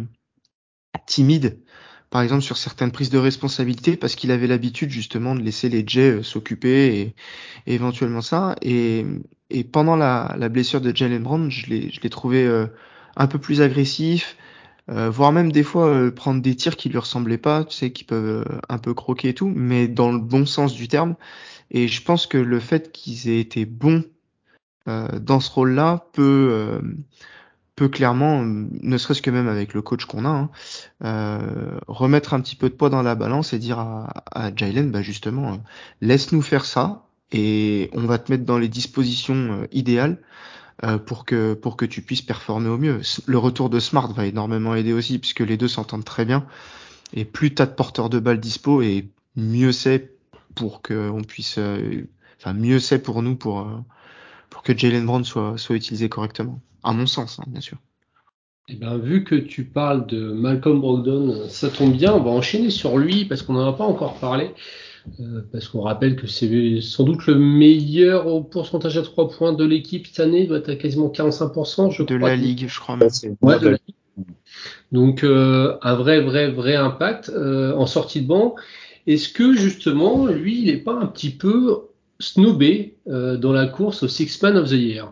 timide, par exemple sur certaines prises de responsabilité, parce qu'il avait l'habitude justement de laisser les Jays euh, s'occuper et, et éventuellement ça. Et, et pendant la, la blessure de Jalen Brown, je l'ai, je l'ai trouvé euh, un peu plus agressif, euh, voire même des fois euh, prendre des tirs qui lui ressemblaient pas, tu sais, qui peuvent euh, un peu croquer et tout, mais dans le bon sens du terme. Et je pense que le fait qu'ils aient été bons euh, dans ce rôle-là peut euh, peut clairement, euh, ne serait-ce que même avec le coach qu'on a, hein, euh, remettre un petit peu de poids dans la balance et dire à, à Jaylen, bah justement, euh, laisse-nous faire ça et on va te mettre dans les dispositions euh, idéales euh, pour que pour que tu puisses performer au mieux. S- Le retour de Smart va énormément aider aussi puisque les deux s'entendent très bien et plus t'as de porteurs de balles dispo et mieux c'est pour que on puisse, euh, enfin mieux c'est pour nous pour euh, pour que Jaylen Brown soit soit utilisé correctement. À mon sens, hein, bien sûr. Eh ben, vu que tu parles de Malcolm Brogdon, ça tombe bien, on va enchaîner sur lui parce qu'on n'en a pas encore parlé. Euh, parce qu'on rappelle que c'est sans doute le meilleur au pourcentage à trois points de l'équipe cette année, il doit être à quasiment quarante-cinq pour cent, je De crois. la ligue, je crois Ça, même. c'est le Ouais, meilleur de de la- la- Donc euh, un vrai, vrai, vrai impact euh, en sortie de banc. Est-ce que justement, lui, il n'est pas un petit peu snobé euh, dans la course au Six Man of the Year?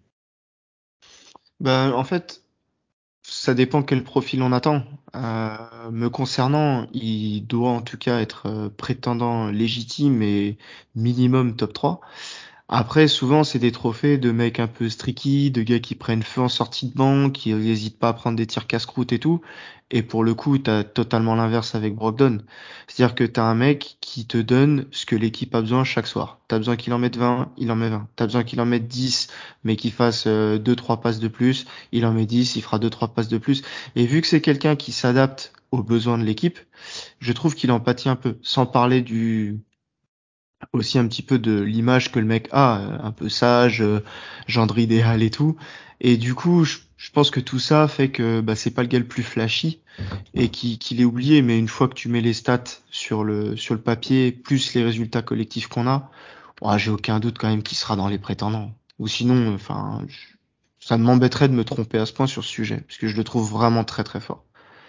Ben, en fait, ça dépend quel profil on attend. Euh, me concernant, il doit en tout cas être euh, prétendant légitime et minimum top trois. Après, souvent, c'est des trophées de mecs un peu streaky, de gars qui prennent feu en sortie de banc, qui n'hésitent pas à prendre des tirs casse-croûte et tout. Et pour le coup, t'as totalement l'inverse avec Brogdon. C'est-à-dire que t'as un mec qui te donne ce que l'équipe a besoin chaque soir. T'as besoin qu'il en mette vingt, il en met vingt. T'as besoin qu'il en mette dix, mais qu'il fasse euh, deux, trois passes de plus. Il en met dix, il fera deux, trois passes de plus. Et vu que c'est quelqu'un qui s'adapte aux besoins de l'équipe, je trouve qu'il en pâtit un peu. Sans parler du, aussi un petit peu de l'image que le mec a, euh, un peu sage, euh, gendre idéal et tout. Et du coup, je, je pense que tout ça fait que bah, c'est pas le gars le plus flashy et qui qu'il est oublié. Mais une fois que tu mets les stats sur le sur le papier, plus les résultats collectifs qu'on a, ouais, j'ai aucun doute quand même qu'il sera dans les prétendants. Ou sinon, enfin, je- ça m'embêterait de me tromper à ce point sur ce sujet, parce que je le trouve vraiment très très fort.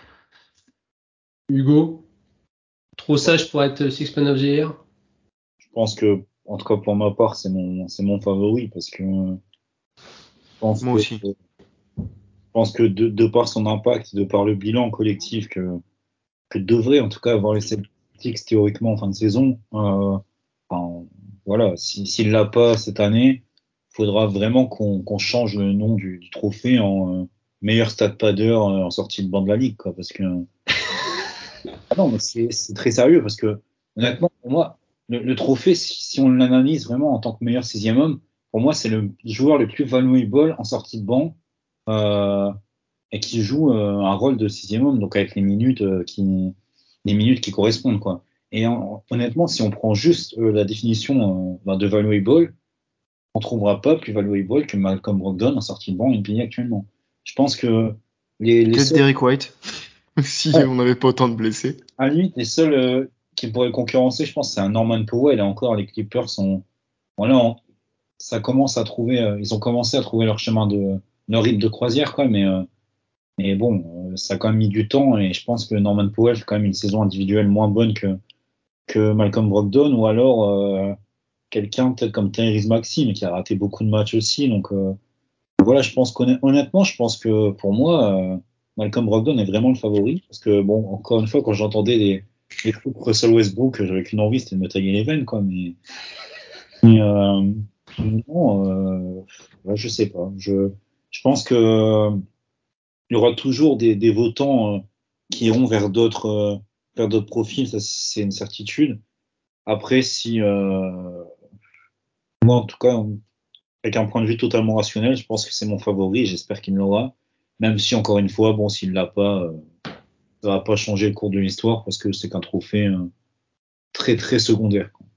Hugo, trop sage pour être Six Man of the Year? Je pense que, en tout cas pour ma part, c'est mon, c'est mon favori parce que je pense Moi que, aussi. je pense que de, de par son impact, de par le bilan collectif que, que devrait en tout cas avoir les Celtics théoriquement en fin de saison, euh, enfin, voilà, si, s'il l'a pas cette année, faudra vraiment qu'on qu'on change le nom du, du trophée en euh, meilleur stat padder euh, en sortie de banc de la ligue, quoi, parce que ah non, mais c'est c'est très sérieux parce que Ouais. honnêtement, pour moi, le, le trophée, si, si on l'analyse vraiment en tant que meilleur sixième homme, pour moi, c'est le joueur le plus valuable en sortie de banc euh, et qui joue euh, un rôle de sixième homme, donc avec les minutes euh, qui les minutes qui correspondent, quoi. Et en- honnêtement, si on prend juste euh, la définition euh, ben, de valuable, on trouvera pas plus valuable que Malcolm Brogdon en sortie de banc N B A actuellement. Je pense que les, les Peut-être seuls, Derrick White, si ouais, on n'avait pas autant de blessés. à la limite, les seuls euh, qui pourraient le concurrencer, je pense, c'est un Norman Powell. Et encore, les Clippers sont, voilà, on- ça commence à trouver, euh, ils ont commencé à trouver leur chemin de, leur rythme de croisière, quoi. Mais, euh, mais bon, euh, ça a quand même mis du temps. Et je pense que Norman Powell fait quand même une saison individuelle moins bonne que, que Malcolm Brogdon ou alors euh, quelqu'un peut-être comme Tyrese Maxey, mais qui a raté beaucoup de matchs aussi. Donc euh, voilà, je pense qu'honnêtement, je pense que pour moi, euh, Malcolm Brogdon est vraiment le favori. Parce que bon, encore une fois, quand j'entendais les, les trucs Russell Westbrook, j'avais qu'une envie, c'était de me tailler les veines, quoi. Mais, mais euh, non, euh, ouais, je sais pas. Je, je pense que euh, il y aura toujours des, des votants euh, qui iront vers d'autres euh, vers d'autres profils, ça c'est une certitude. Après, si euh, moi en tout cas, avec un point de vue totalement rationnel, je pense que c'est mon favori et j'espère qu'il me l'aura. Même si encore une fois, bon, s'il l'a pas, euh, ça va pas changer le cours de l'histoire parce que c'est qu'un trophée euh, très très secondaire, quoi.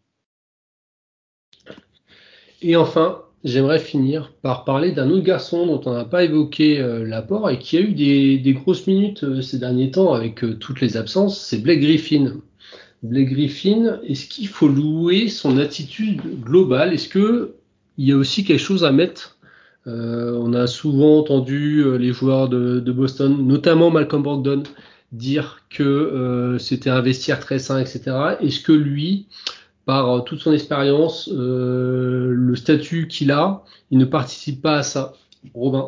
Et enfin, j'aimerais finir par parler d'un autre garçon dont on n'a pas évoqué euh, l'apport et qui a eu des, des grosses minutes euh, ces derniers temps avec euh, toutes les absences, c'est Blake Griffin. Blake Griffin, est-ce qu'il faut louer son attitude globale? Est-ce que il y a aussi quelque chose à mettre? Euh, on a souvent entendu euh, les joueurs de, de Boston, notamment Malcolm Brogdon, dire que euh, c'était un vestiaire très sain, et cetera. Est-ce que lui, par euh, toute son expérience, euh, le statut qu'il a, il ne participe pas à ça? Robin.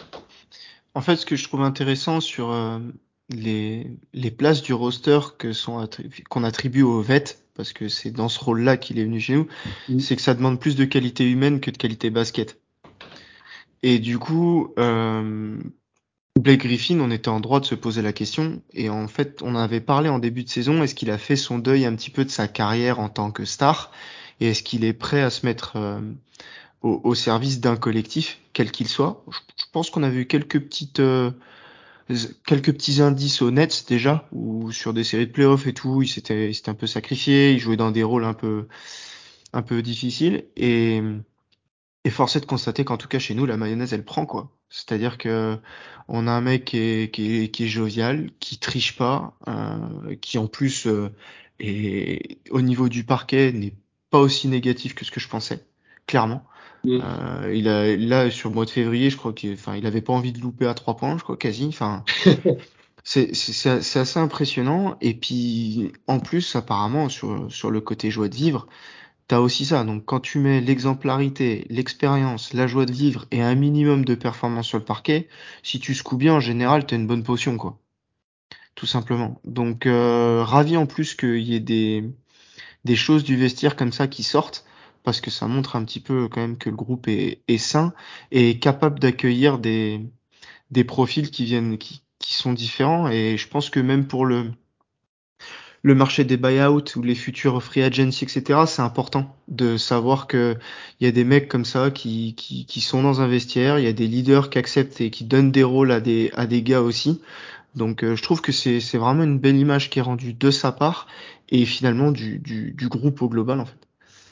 En fait, ce que je trouve intéressant sur euh, les, les places du roster que sont attribu- qu'on attribue aux vets, parce que c'est dans ce rôle-là qu'il est venu chez nous, Mm. c'est que ça demande plus de qualité humaine que de qualité basket. Et du coup, euh, Blake Griffin, on était en droit de se poser la question, et en fait, on en avait parlé en début de saison, est-ce qu'il a fait son deuil un petit peu de sa carrière en tant que star, et est-ce qu'il est prêt à se mettre euh, au, au service d'un collectif, quel qu'il soit? Je, je pense qu'on a vu quelques petites... euh, quelques petits indices au Nets déjà, ou sur des séries de playoffs et tout, il s'était, il s'était un peu sacrifié, il jouait dans des rôles un peu, un peu difficiles, et, et force est de constater qu'en tout cas chez nous, la mayonnaise, elle prend, quoi. C'est-à-dire que on a un mec qui est, qui est, qui est jovial, qui triche pas, euh, qui en plus euh, est au niveau du parquet n'est pas aussi négatif que ce que je pensais, clairement. Mm. Euh, il a là sur le mois de février, je crois qu'il, enfin, il avait pas envie de louper à trois points, je crois quasi. Enfin, c'est c'est c'est c'est assez impressionnant. Et puis en plus, apparemment, sur sur le côté joie de vivre, t'as aussi ça. Donc quand tu mets l'exemplarité, l'expérience, la joie de vivre et un minimum de performance sur le parquet, si tu secoues bien, en général, t'as une bonne potion, quoi. Tout simplement. Donc euh, ravi en plus qu'il y ait des des choses du vestiaire comme ça qui sortent, parce que ça montre un petit peu quand même que le groupe est, est sain et est capable d'accueillir des, des profils qui viennent, qui, qui sont différents. Et je pense que même pour le, le marché des buyouts ou les futurs free agency, et cetera, c'est important de savoir que il y a des mecs comme ça qui, qui, qui sont dans un vestiaire, il y a des leaders qui acceptent et qui donnent des rôles à des, à des gars aussi. Donc euh, je trouve que c'est, c'est vraiment une belle image qui est rendue de sa part et finalement du, du, du groupe au global en fait.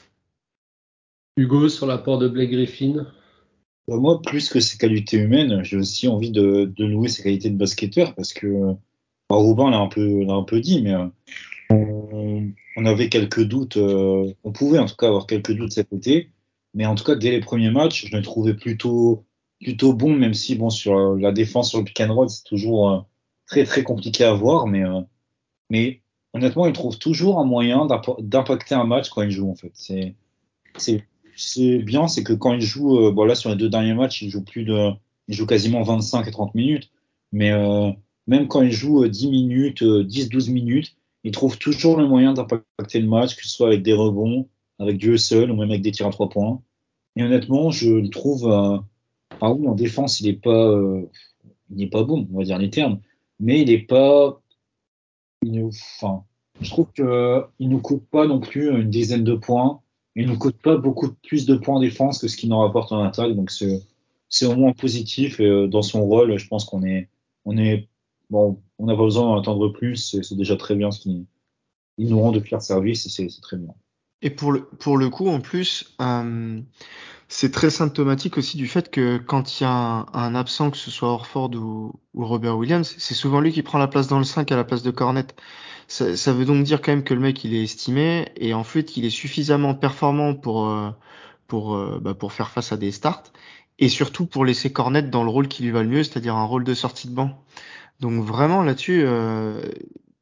Hugo, sur l'apport de Blake Griffin. Bah, moi, plus que ses qualités humaines, j'ai aussi envie de, de louer ses qualités de basketteur parce que bah, Robin l'a un peu, l'a un peu dit, mais euh, on, on avait quelques doutes, euh, on pouvait en tout cas avoir quelques doutes cet été, mais en tout cas, dès les premiers matchs, je le trouvais plutôt, plutôt bon, même si bon, sur euh, la défense sur le pick and roll, c'est toujours euh, très très compliqué à voir, mais, euh, mais honnêtement, il trouve toujours un moyen d'impo- d'impacter un match quand il joue en fait. C'est, c'est, c'est bien, c'est que quand il joue, euh, bon là sur les deux derniers matchs, il joue plus de, il joue quasiment vingt-cinq et trente minutes, mais euh, même quand il joue euh, dix minutes, euh, dix douze minutes, il trouve toujours le moyen d'impacter le match, que ce soit avec des rebonds, avec du hustle ou même avec des tirs à trois points. Et honnêtement, je le trouve, euh, ah oui, en défense, il est pas, euh, il n'est pas bon, on va dire les termes, mais il est pas, il nous, enfin, je trouve que euh, il nous coûte pas non plus une dizaine de points. Il nous coûte pas beaucoup plus de points en défense que ce qu'il nous rapporte en attaque. Donc c'est c'est au moins positif. Et euh, dans son rôle, je pense qu'on est on est bon, on n'a pas besoin d'en attendre plus. C'est c'est déjà très bien ce qu'il il nous rend de fiers services et c'est c'est très bien. Et pour le, pour le coup, en plus, euh, c'est très symptomatique aussi du fait que quand il y a un, un absent, que ce soit Horford ou, ou Robert Williams, c'est souvent lui qui prend la place dans le cinq à la place de Cornet. Ça, ça veut donc dire quand même que le mec, il est estimé et en fait, il est suffisamment performant pour, euh, pour, euh, bah, pour faire face à des starts et surtout pour laisser Cornet dans le rôle qui lui va le mieux, c'est-à-dire un rôle de sortie de banc. Donc vraiment là-dessus, euh,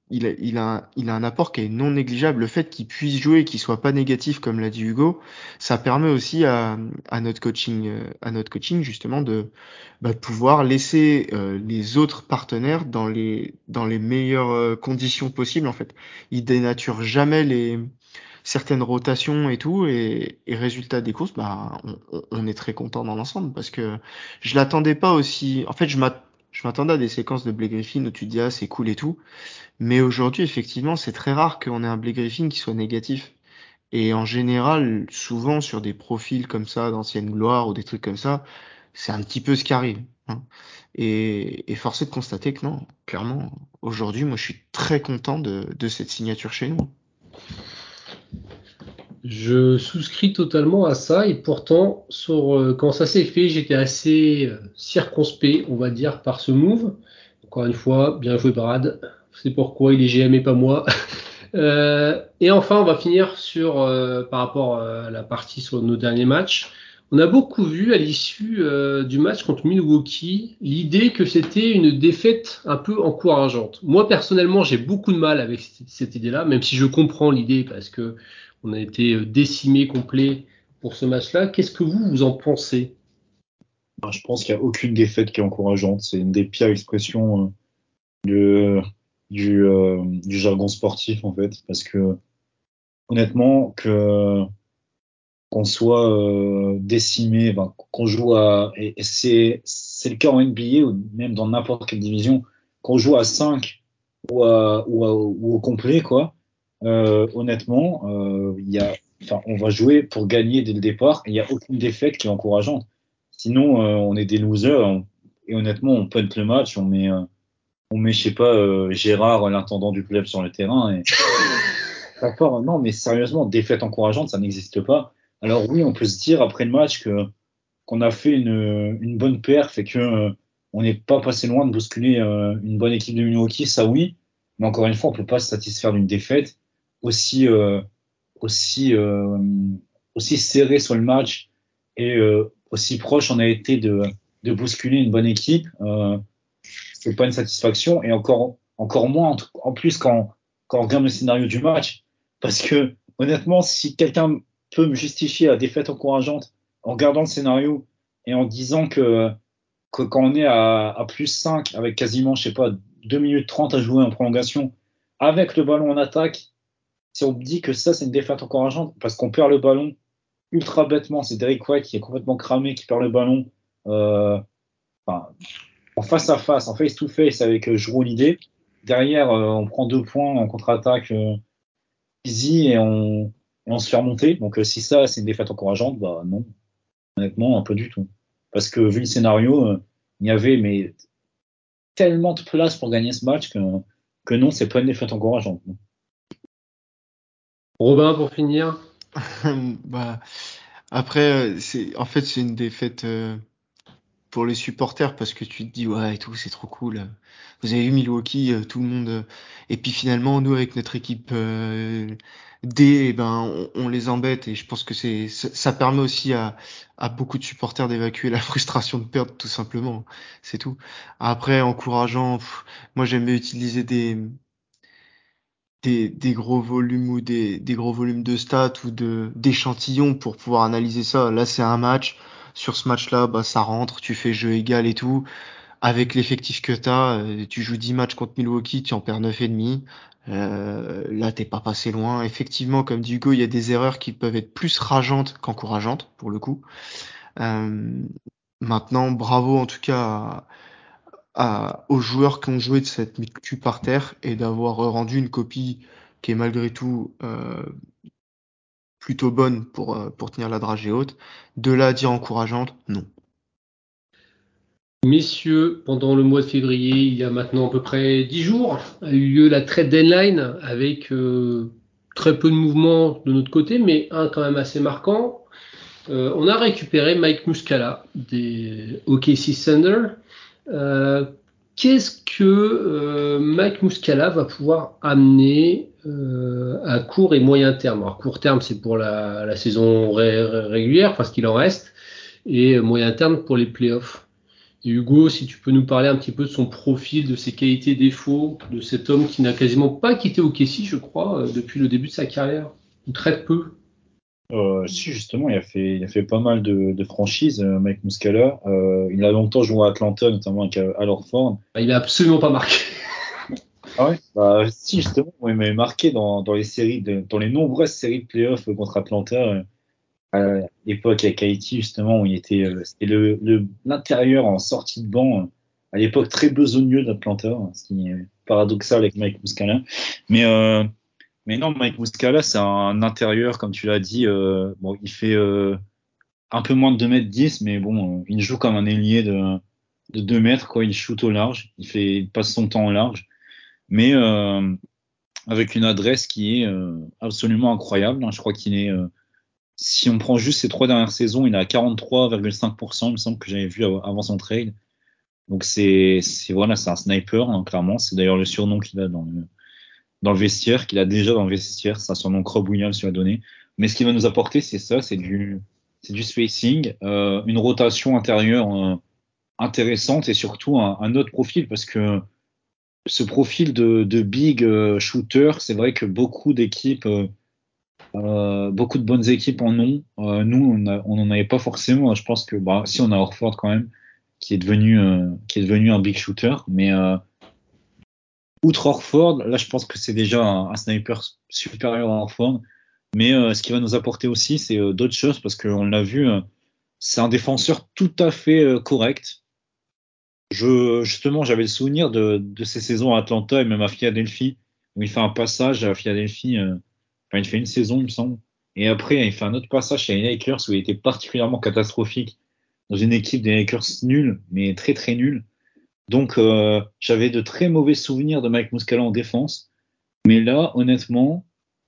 il a, il a, un, il a un apport qui est non négligeable. Le fait qu'il puisse jouer, qu'il soit pas négatif, comme l'a dit Hugo, ça permet aussi à, à notre coaching, euh, à notre coaching justement de, bah, de pouvoir laisser euh, les autres partenaires dans les, dans les meilleures euh, conditions possibles en fait. Il dénature jamais les certaines rotations et tout, et, et résultat des courses, bah, on, on est très content dans l'ensemble parce que je l'attendais pas aussi. En fait, je m'att- je m'attendais à des séquences de Blake Griffin où tu te dis ah c'est cool et tout. Mais aujourd'hui, effectivement, c'est très rare qu'on ait un Blake Griffin qui soit négatif. Et en général, souvent sur des profils comme ça, d'ancienne gloire ou des trucs comme ça, c'est un petit peu ce qui arrive, hein. Et, et force est de constater que non, clairement, aujourd'hui, moi, je suis très content de, de cette signature chez nous. Je souscris totalement à ça et pourtant, sur, euh, quand ça s'est fait, j'étais assez euh, circonspect, on va dire, par ce move. Encore une fois, bien joué Brad. C'est pourquoi il est G M et pas moi. Euh, et enfin, on va finir sur euh, par rapport à la partie sur nos derniers matchs. On a beaucoup vu à l'issue euh, du match contre Milwaukee l'idée que c'était une défaite un peu encourageante. Moi personnellement, j'ai beaucoup de mal avec cette, cette idée-là, même si je comprends l'idée parce que on a été euh, décimé complet pour ce match-là. Qu'est-ce que vous vous en pensez? Enfin, je pense qu'il n'y a aucune défaite qui est encourageante. C'est une des pires expressions euh, de, du, euh, du jargon sportif, en fait. Parce que, honnêtement, que qu'on soit euh, décimé, ben, qu'on joue à. Et, et c'est, c'est le cas en N B A ou même dans n'importe quelle division, qu'on joue à cinq ou, à, ou, à- ou au complet, quoi. Euh, honnêtement, euh, il y a, enfin, on va jouer pour gagner dès le départ et il n'y a aucune défaite qui est encourageante. Sinon, euh, on est des losers on- et honnêtement, on punt le match, on met, euh, on met, je sais pas, euh, Gérard, l'intendant du club, sur le terrain. Et... D'accord, non, mais sérieusement, défaite encourageante, ça n'existe pas. Alors oui, on peut se dire après le match que qu'on a fait une, une bonne perf et que euh, on n'est pas passé loin de bousculer euh, une bonne équipe de Milwaukee, ça oui. Mais encore une fois, on peut pas se satisfaire d'une défaite aussi euh, aussi euh, aussi serré sur le match et euh, aussi proche on a été de de bousculer une bonne équipe. Euh, c'est pas une satisfaction et encore encore moins en, en plus quand quand on regarde le scénario du match parce que honnêtement si quelqu'un peut me justifier la défaite encourageante en regardant le scénario et en disant que, que quand on est à, à plus cinq avec quasiment je sais pas deux minutes trente à jouer en prolongation avec le ballon en attaque si on me dit que ça c'est une défaite encourageante parce qu'on perd le ballon ultra bêtement c'est Derrick White qui est complètement cramé qui perd le ballon euh, enfin, en face à face, en face to face avec euh, Jrue Holiday. Derrière, euh, on prend deux points en contre-attaque euh, easy et on, et on se fait remonter. Donc euh, si ça, c'est une défaite encourageante, bah non, honnêtement, pas du tout. Parce que vu le scénario, euh, il y avait mais tellement de place pour gagner ce match que, que non, c'est pas une défaite encourageante. Robin, pour finir. Bah, après, euh, c'est, en fait, c'est une défaite euh, pour les supporters parce que tu te dis ouais et tout, c'est trop cool. Vous avez vu Milwaukee, euh, tout le monde. euh, Et puis finalement, nous avec notre équipe euh, D, eh ben, on, on les embête et je pense que c'est, ça, ça permet aussi à, à beaucoup de supporters d'évacuer la frustration de perdre tout simplement. C'est tout. Après, encourageant, pff, moi j'aime bien utiliser des des, des gros volumes ou des, des gros volumes de stats ou de d'échantillons pour pouvoir analyser ça. Là, c'est un match. Sur ce match-là, bah, ça rentre, tu fais jeu égal et tout. Avec l'effectif que t'as, euh, tu joues dix matchs contre Milwaukee, tu en perds neuf et demi. Euh, là, t'es pas passé loin. Effectivement, comme dit Hugo, il y a des erreurs qui peuvent être plus rageantes qu'encourageantes, pour le coup. Euh, Maintenant, bravo en tout cas à- aux joueurs qui ont joué de cette mis cul par terre et d'avoir rendu une copie qui est malgré tout euh, plutôt bonne pour, euh, pour tenir la dragée haute. De là à dire encourageante, non. Messieurs, pendant le mois de février, il y a maintenant à peu près dix jours, a eu lieu la trade deadline avec euh, très peu de mouvements de notre côté, mais un quand même assez marquant. Euh, on a récupéré Mike Muscala des O K C Thunder. Euh, Qu'est-ce que euh, Mike Muscala va pouvoir amener euh, à court et moyen terme? Alors court terme, c'est pour la, la saison ré- régulière, enfin ce qu'il en reste, et moyen terme pour les playoffs. Et Hugo, si tu peux nous parler un petit peu de son profil, de ses qualités, défauts, de cet homme qui n'a quasiment pas quitté O K C, je crois, euh, depuis le début de sa carrière, ou très peu. Euh, si justement, il a fait, il a fait pas mal de, de franchises, euh, Mike Muscala. Euh, il a longtemps joué à Atlanta, notamment avec euh, Al Horford. Bah, il a absolument pas marqué. Ah ouais? Bah, si justement, moi, il m'avait marqué dans, dans les séries, de, dans les nombreuses séries de playoffs contre Atlanta. Euh, à l'époque avec Haïti, justement, où il était, euh, c'était le, le, l'intérieur en sortie de banc, euh, à l'époque très besogneux d'Atlanta, hein, ce qui est paradoxal avec Mike Muscala. Mais, euh, mais non, Mike Muscala, c'est un intérieur, comme tu l'as dit, euh, bon, il fait euh, un peu moins de deux mètres dix, mais bon, euh, il joue comme un ailier de, de deux mètres, quoi. Il shoot au large, il fait, il passe son temps au large, mais euh, avec une adresse qui est euh, absolument incroyable, hein. Je crois qu'il est euh, si on prend juste ses trois dernières saisons, il est à quarante-trois virgule cinq pour cent, il me semble que j'avais vu avant son trade. Donc c'est, c'est voilà, c'est un sniper, hein, clairement. C'est d'ailleurs le surnom qu'il a dans le, dans le vestiaire, qu'il a déjà dans le vestiaire. C'est un surnom que Rob Williams lui a donné. Mais ce qu'il va nous apporter, c'est ça, c'est du, c'est du spacing, euh, une rotation intérieure euh, intéressante et surtout un, un autre profil parce que ce profil de, de big euh, shooter, c'est vrai que beaucoup d'équipes euh, Euh, beaucoup de bonnes équipes en ont. Euh, nous, on a- on n'en avait pas forcément. Je pense que, bah, si on a Horford quand même, qui est devenu, euh, qui est devenu un big shooter. Mais euh, outre Horford, là, je pense que c'est déjà un, un sniper supérieur à Horford. Mais euh, ce qui va nous apporter aussi, c'est euh, d'autres choses parce qu'on l'a vu, euh, c'est un défenseur tout à fait euh, correct. Je, justement, j'avais le souvenir de, de ces saisons à Atlanta et même à Philadelphie, où il fait un passage à Philadelphie, euh, enfin, il fait une saison, il me semble. Et après, il fait un autre passage chez les Lakers où il était particulièrement catastrophique dans une équipe des Lakers nulle, mais très très nulle. Donc, euh, j'avais de très mauvais souvenirs de Mike Muscala en défense. Mais là, honnêtement,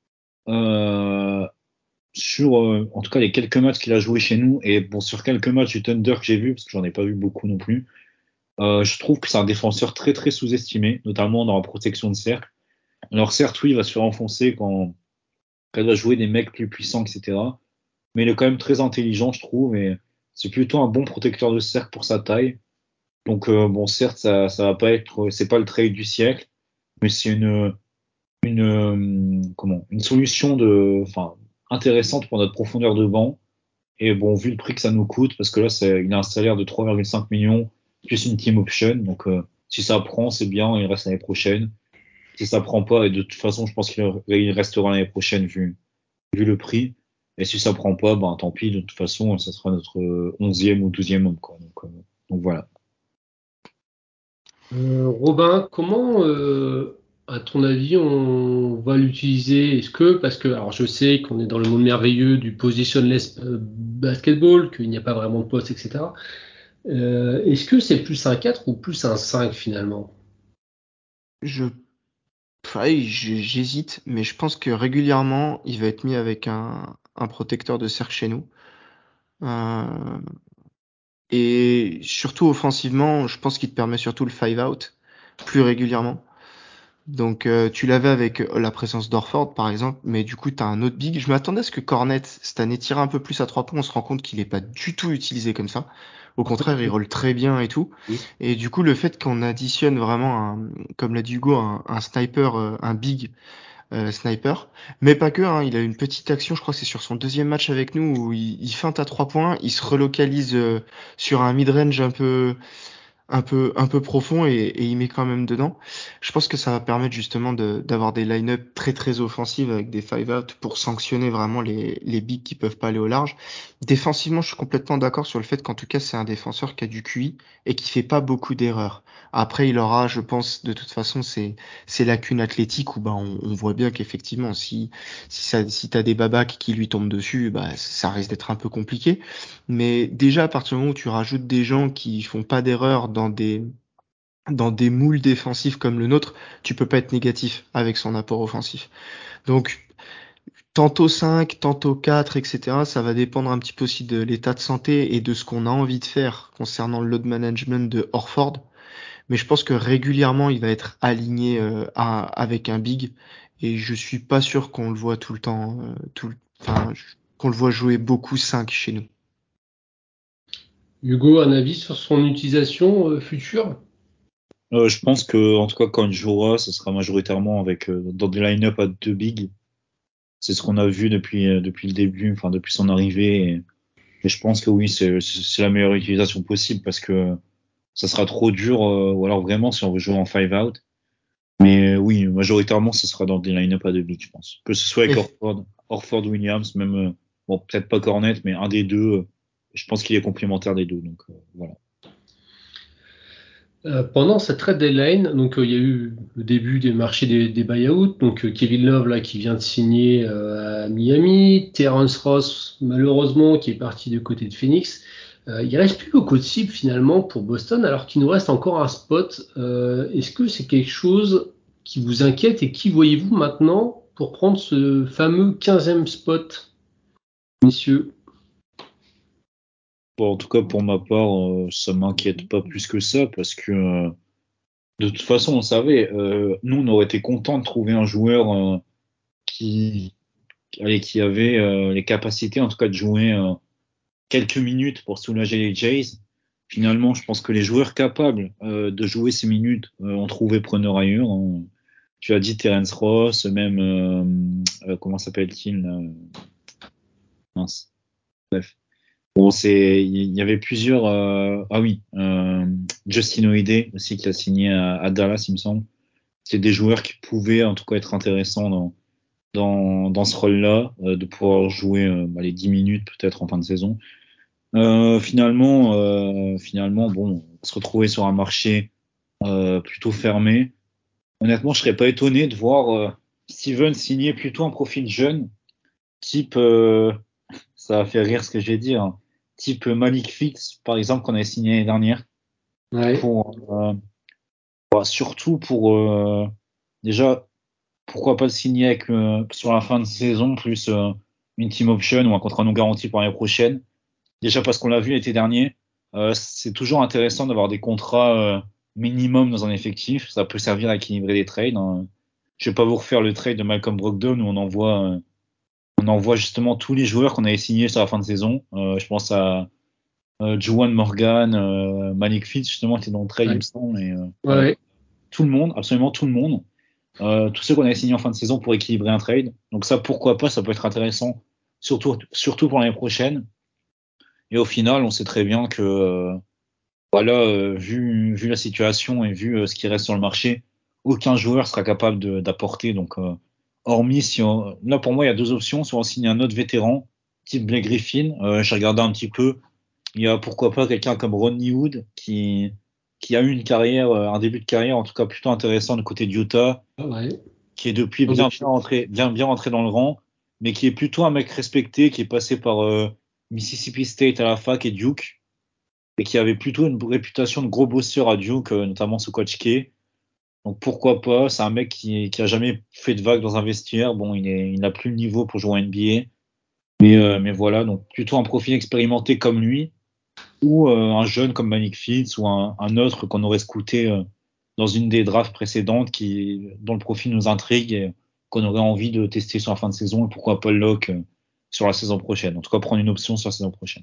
euh, sur, euh, en tout cas, les quelques matchs qu'il a joué chez nous, et bon, sur quelques matchs du Thunder que j'ai vu, parce que j'en ai pas vu beaucoup non plus, euh, je trouve que c'est un défenseur très très sous-estimé, notamment dans la protection de cercle. Alors certes, oui, il va se faire enfoncer quand, quand il va jouer des mecs plus puissants, et cetera. Mais il est quand même très intelligent, je trouve, et c'est plutôt un bon protecteur de cercle pour sa taille. Donc euh, bon, certes, ça, ça va pas être, c'est pas le trade du siècle, mais c'est une, une, euh, comment, une solution de, enfin, intéressante pour notre profondeur de banc. Et bon, vu le prix que ça nous coûte, parce que là, c'est, il a un salaire de trois virgule cinq millions plus une team option. Donc, euh, si ça prend, c'est bien, il reste l'année prochaine. Si ça prend pas, et de toute façon, je pense qu'il il restera l'année prochaine vu, vu le prix. Et si ça prend pas, ben tant pis, de toute façon, ça sera notre euh, onzième ou douzième homme, quoi. Donc, euh, donc voilà. Euh, Robin, comment, euh, à ton avis, on va l'utiliser? Est-ce que, parce que, alors je sais qu'on est dans le monde merveilleux du positionless euh, basketball, qu'il n'y a pas vraiment de poste, et cetera. Euh, est-ce que c'est plus un quatre ou plus un cinq finalement? Je, pareil, je- j'hésite, mais je pense que régulièrement, il va être mis avec un, un protecteur de cercle chez nous. Euh, et surtout offensivement, je pense qu'il te permet surtout le five out plus régulièrement. Donc euh, tu l'avais avec euh, la présence d'Orford par exemple, mais du coup tu as un autre big. Je m'attendais à ce que Cornet cette année tire un peu plus à trois points, on se rend compte qu'il est pas du tout utilisé comme ça. Au contraire, il roule très bien et tout. Et du coup, le fait qu'on additionne vraiment, un, comme l'a dit Hugo, un, un sniper, euh, un big euh, sniper, mais pas que, hein, il a une petite action, je crois que c'est sur son deuxième match avec nous, où il, il feinte à trois points, il se relocalise euh, sur un mid-range un peu un peu un peu profond et, et il met quand même dedans. Je pense que ça va permettre justement de d'avoir des line-up très très offensives avec des five out pour sanctionner vraiment les les bigs qui peuvent pas aller au large. Défensivement, je suis complètement d'accord sur le fait qu'en tout cas c'est un défenseur qui a du Q I et qui fait pas beaucoup d'erreurs. Après, il aura, je pense, de toute façon, ces ces lacunes athlétiques où bah on, on voit bien qu'effectivement si si ça si t'as des babacs qui lui tombent dessus, bah ça risque d'être un peu compliqué. Mais déjà, à partir du moment où tu rajoutes des gens qui font pas d'erreur dans des, dans des moules défensifs comme le nôtre, tu peux pas être négatif avec son apport offensif. Donc, tantôt cinq, tantôt quatre, et cetera. Ça va dépendre un petit peu aussi de l'état de santé et de ce qu'on a envie de faire concernant le load management de Horford. Mais je pense que régulièrement, il va être aligné euh, à- avec un big. Et je suis pas sûr qu'on le voit tout le temps, euh, tout le- enfin, qu'on le voit jouer beaucoup cinq chez nous. Hugo, un avis sur son utilisation euh, future? Euh, je pense que, en tout cas, quand il jouera, ce sera majoritairement avec euh, dans des line-up à deux bigs. C'est ce qu'on a vu depuis euh, depuis le début, enfin depuis son arrivée. Et, et je pense que oui, c'est c'est c'est la meilleure utilisation possible parce que ça sera trop dur, euh, ou alors vraiment si on veut jouer en five out. Mais euh, oui, majoritairement, ce sera dans des line-up à deux bigs, je pense. Que ce soit avec Et, Orford, Orford Williams, même euh, bon peut-être pas Cornet, mais un des deux. euh, je pense qu'il est complémentaire des deux. Donc euh, voilà. Euh, pendant cette trade deadline, donc euh, il y a eu le début des marchés des, des buyouts, donc euh, Kevin Love là qui vient de signer euh, à Miami, Terrence Ross malheureusement qui est parti du côté de Phoenix. Euh, il reste plus beaucoup de cibles finalement pour Boston alors qu'il nous reste encore un spot. Euh, est-ce que c'est quelque chose qui vous inquiète et qui voyez-vous maintenant pour prendre ce fameux quinzième spot, messieurs? Bon, en tout cas, pour ma part, euh, ça m'inquiète pas plus que ça parce que euh, de toute façon, on savait, euh, nous, on aurait été content de trouver un joueur euh, qui, allez, qui avait euh, les capacités, en tout cas, de jouer euh, quelques minutes pour soulager les Jays. Finalement, je pense que les joueurs capables euh, de jouer ces minutes euh, ont trouvé preneur ailleurs, hein. Tu as dit Terence Ross, même euh, euh, comment s'appelle-t-il là Mince. Bref. Bon, c'est, il y avait plusieurs. euh, ah oui, euh, Justin Oide aussi qui a signé à, à Dallas, il me semble. C'est des joueurs qui pouvaient en tout cas être intéressants dans dans, dans ce rôle-là, euh, de pouvoir jouer euh, bah, les dix minutes peut-être en fin de saison. Euh, finalement, euh, finalement, bon, on va se retrouver sur un marché euh, plutôt fermé. Honnêtement, je serais pas étonné de voir euh, Steven signer plutôt un profil jeune, type, euh, ça va faire rire ce que je vais dire, hein, type Malik Fitz, par exemple, qu'on avait signé l'année dernière, Ouais. pour euh, bah, surtout pour euh, déjà pourquoi pas le signer avec, euh, sur la fin de saison plus euh, une team option ou un contrat non garanti pour l'année prochaine. Déjà parce qu'on l'a vu l'été dernier, euh, c'est toujours intéressant d'avoir des contrats euh, minimum dans un effectif. Ça peut servir à équilibrer les trades, hein. Je vais pas vous refaire le trade de Malcolm Brogdon où on envoie, euh, on envoie justement tous les joueurs qu'on avait signés sur la fin de saison. Euh, je pense à euh, Juwan Morgan, euh, Malik Fitz justement qui est dans le trade il me Ouais. semble, et euh, Ouais, voilà, ouais. tout le monde, absolument tout le monde. Euh, tous ceux qu'on avait signés en fin de saison pour équilibrer un trade. Donc ça, pourquoi pas, ça peut être intéressant, surtout, surtout pour l'année prochaine. Et au final, on sait très bien que, euh, voilà, euh, vu, vu la situation et vu euh, ce qui reste sur le marché, aucun joueur sera capable de- d'apporter. Donc, euh, hormis si on, là pour moi, il y a deux options. Soit on signe un autre vétéran, type Blake Griffin. Euh, j'ai regardé un petit peu. Il y a pourquoi pas quelqu'un comme Rodney Hood qui, qui a eu une carrière, euh, un début de carrière en tout cas plutôt intéressant du côté de Utah, Ouais. qui est depuis bien bien rentré, bien bien rentré dans le rang, mais qui est plutôt un mec respecté, qui est passé par euh, Mississippi State à la fac et Duke, et qui avait plutôt une réputation de gros bosseur à Duke, euh, notamment sous coach K. Donc pourquoi pas, c'est un mec qui, qui a jamais fait de vague dans un vestiaire. Bon, il est, il n'a plus le niveau pour jouer en N B A, mais euh, mais voilà, donc plutôt un profil expérimenté comme lui, ou euh, un jeune comme Malik Fitz, ou un, un autre qu'on aurait scouté euh, dans une des drafts précédentes, qui dont le profil nous intrigue et qu'on aurait envie de tester sur la fin de saison, et pourquoi pas le lock euh, sur la saison prochaine. En tout cas, prendre une option sur la saison prochaine.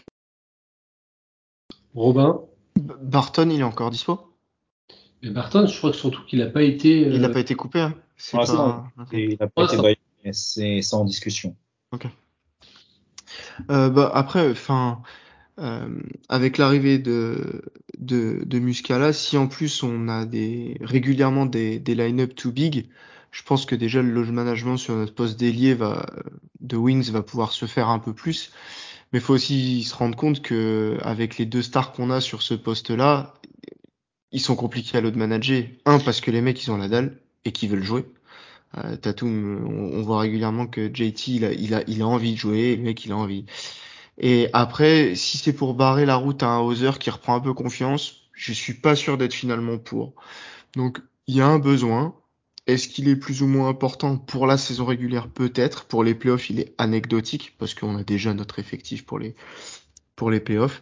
Robin. B- Barton, il est encore dispo? Et Barton, je crois que surtout qu'il n'a pas été. Il n'a euh, pas été coupé, hein? Pour C'est l'instant, pas. Ok. il n'a pas pour été l'instant. baillé, mais c'est c'est en discussion. Ok. Euh, bah après, enfin, euh, avec l'arrivée de, de de Muscala, si en plus on a des régulièrement des des line-up too big, je pense que déjà le load management sur notre poste d'ailier va de wings va pouvoir se faire un peu plus. Mais il faut aussi se rendre compte que avec les deux stars qu'on a sur ce poste-là, ils sont compliqués à load manager. Un, parce que les mecs, ils ont la dalle et qu'ils veulent jouer. Euh, Tatum, on, on voit régulièrement que J T, il a, il a, il a envie de jouer, le mec, il a envie. Et après, si c'est pour barrer la route à un Hauser qui reprend un peu confiance, je suis pas sûr d'être finalement pour. Donc, il y a un besoin. Est-ce qu'il est plus ou moins important pour la saison régulière? Peut-être. Pour les playoffs, il est anecdotique parce qu'on a déjà notre effectif pour les, pour les playoffs.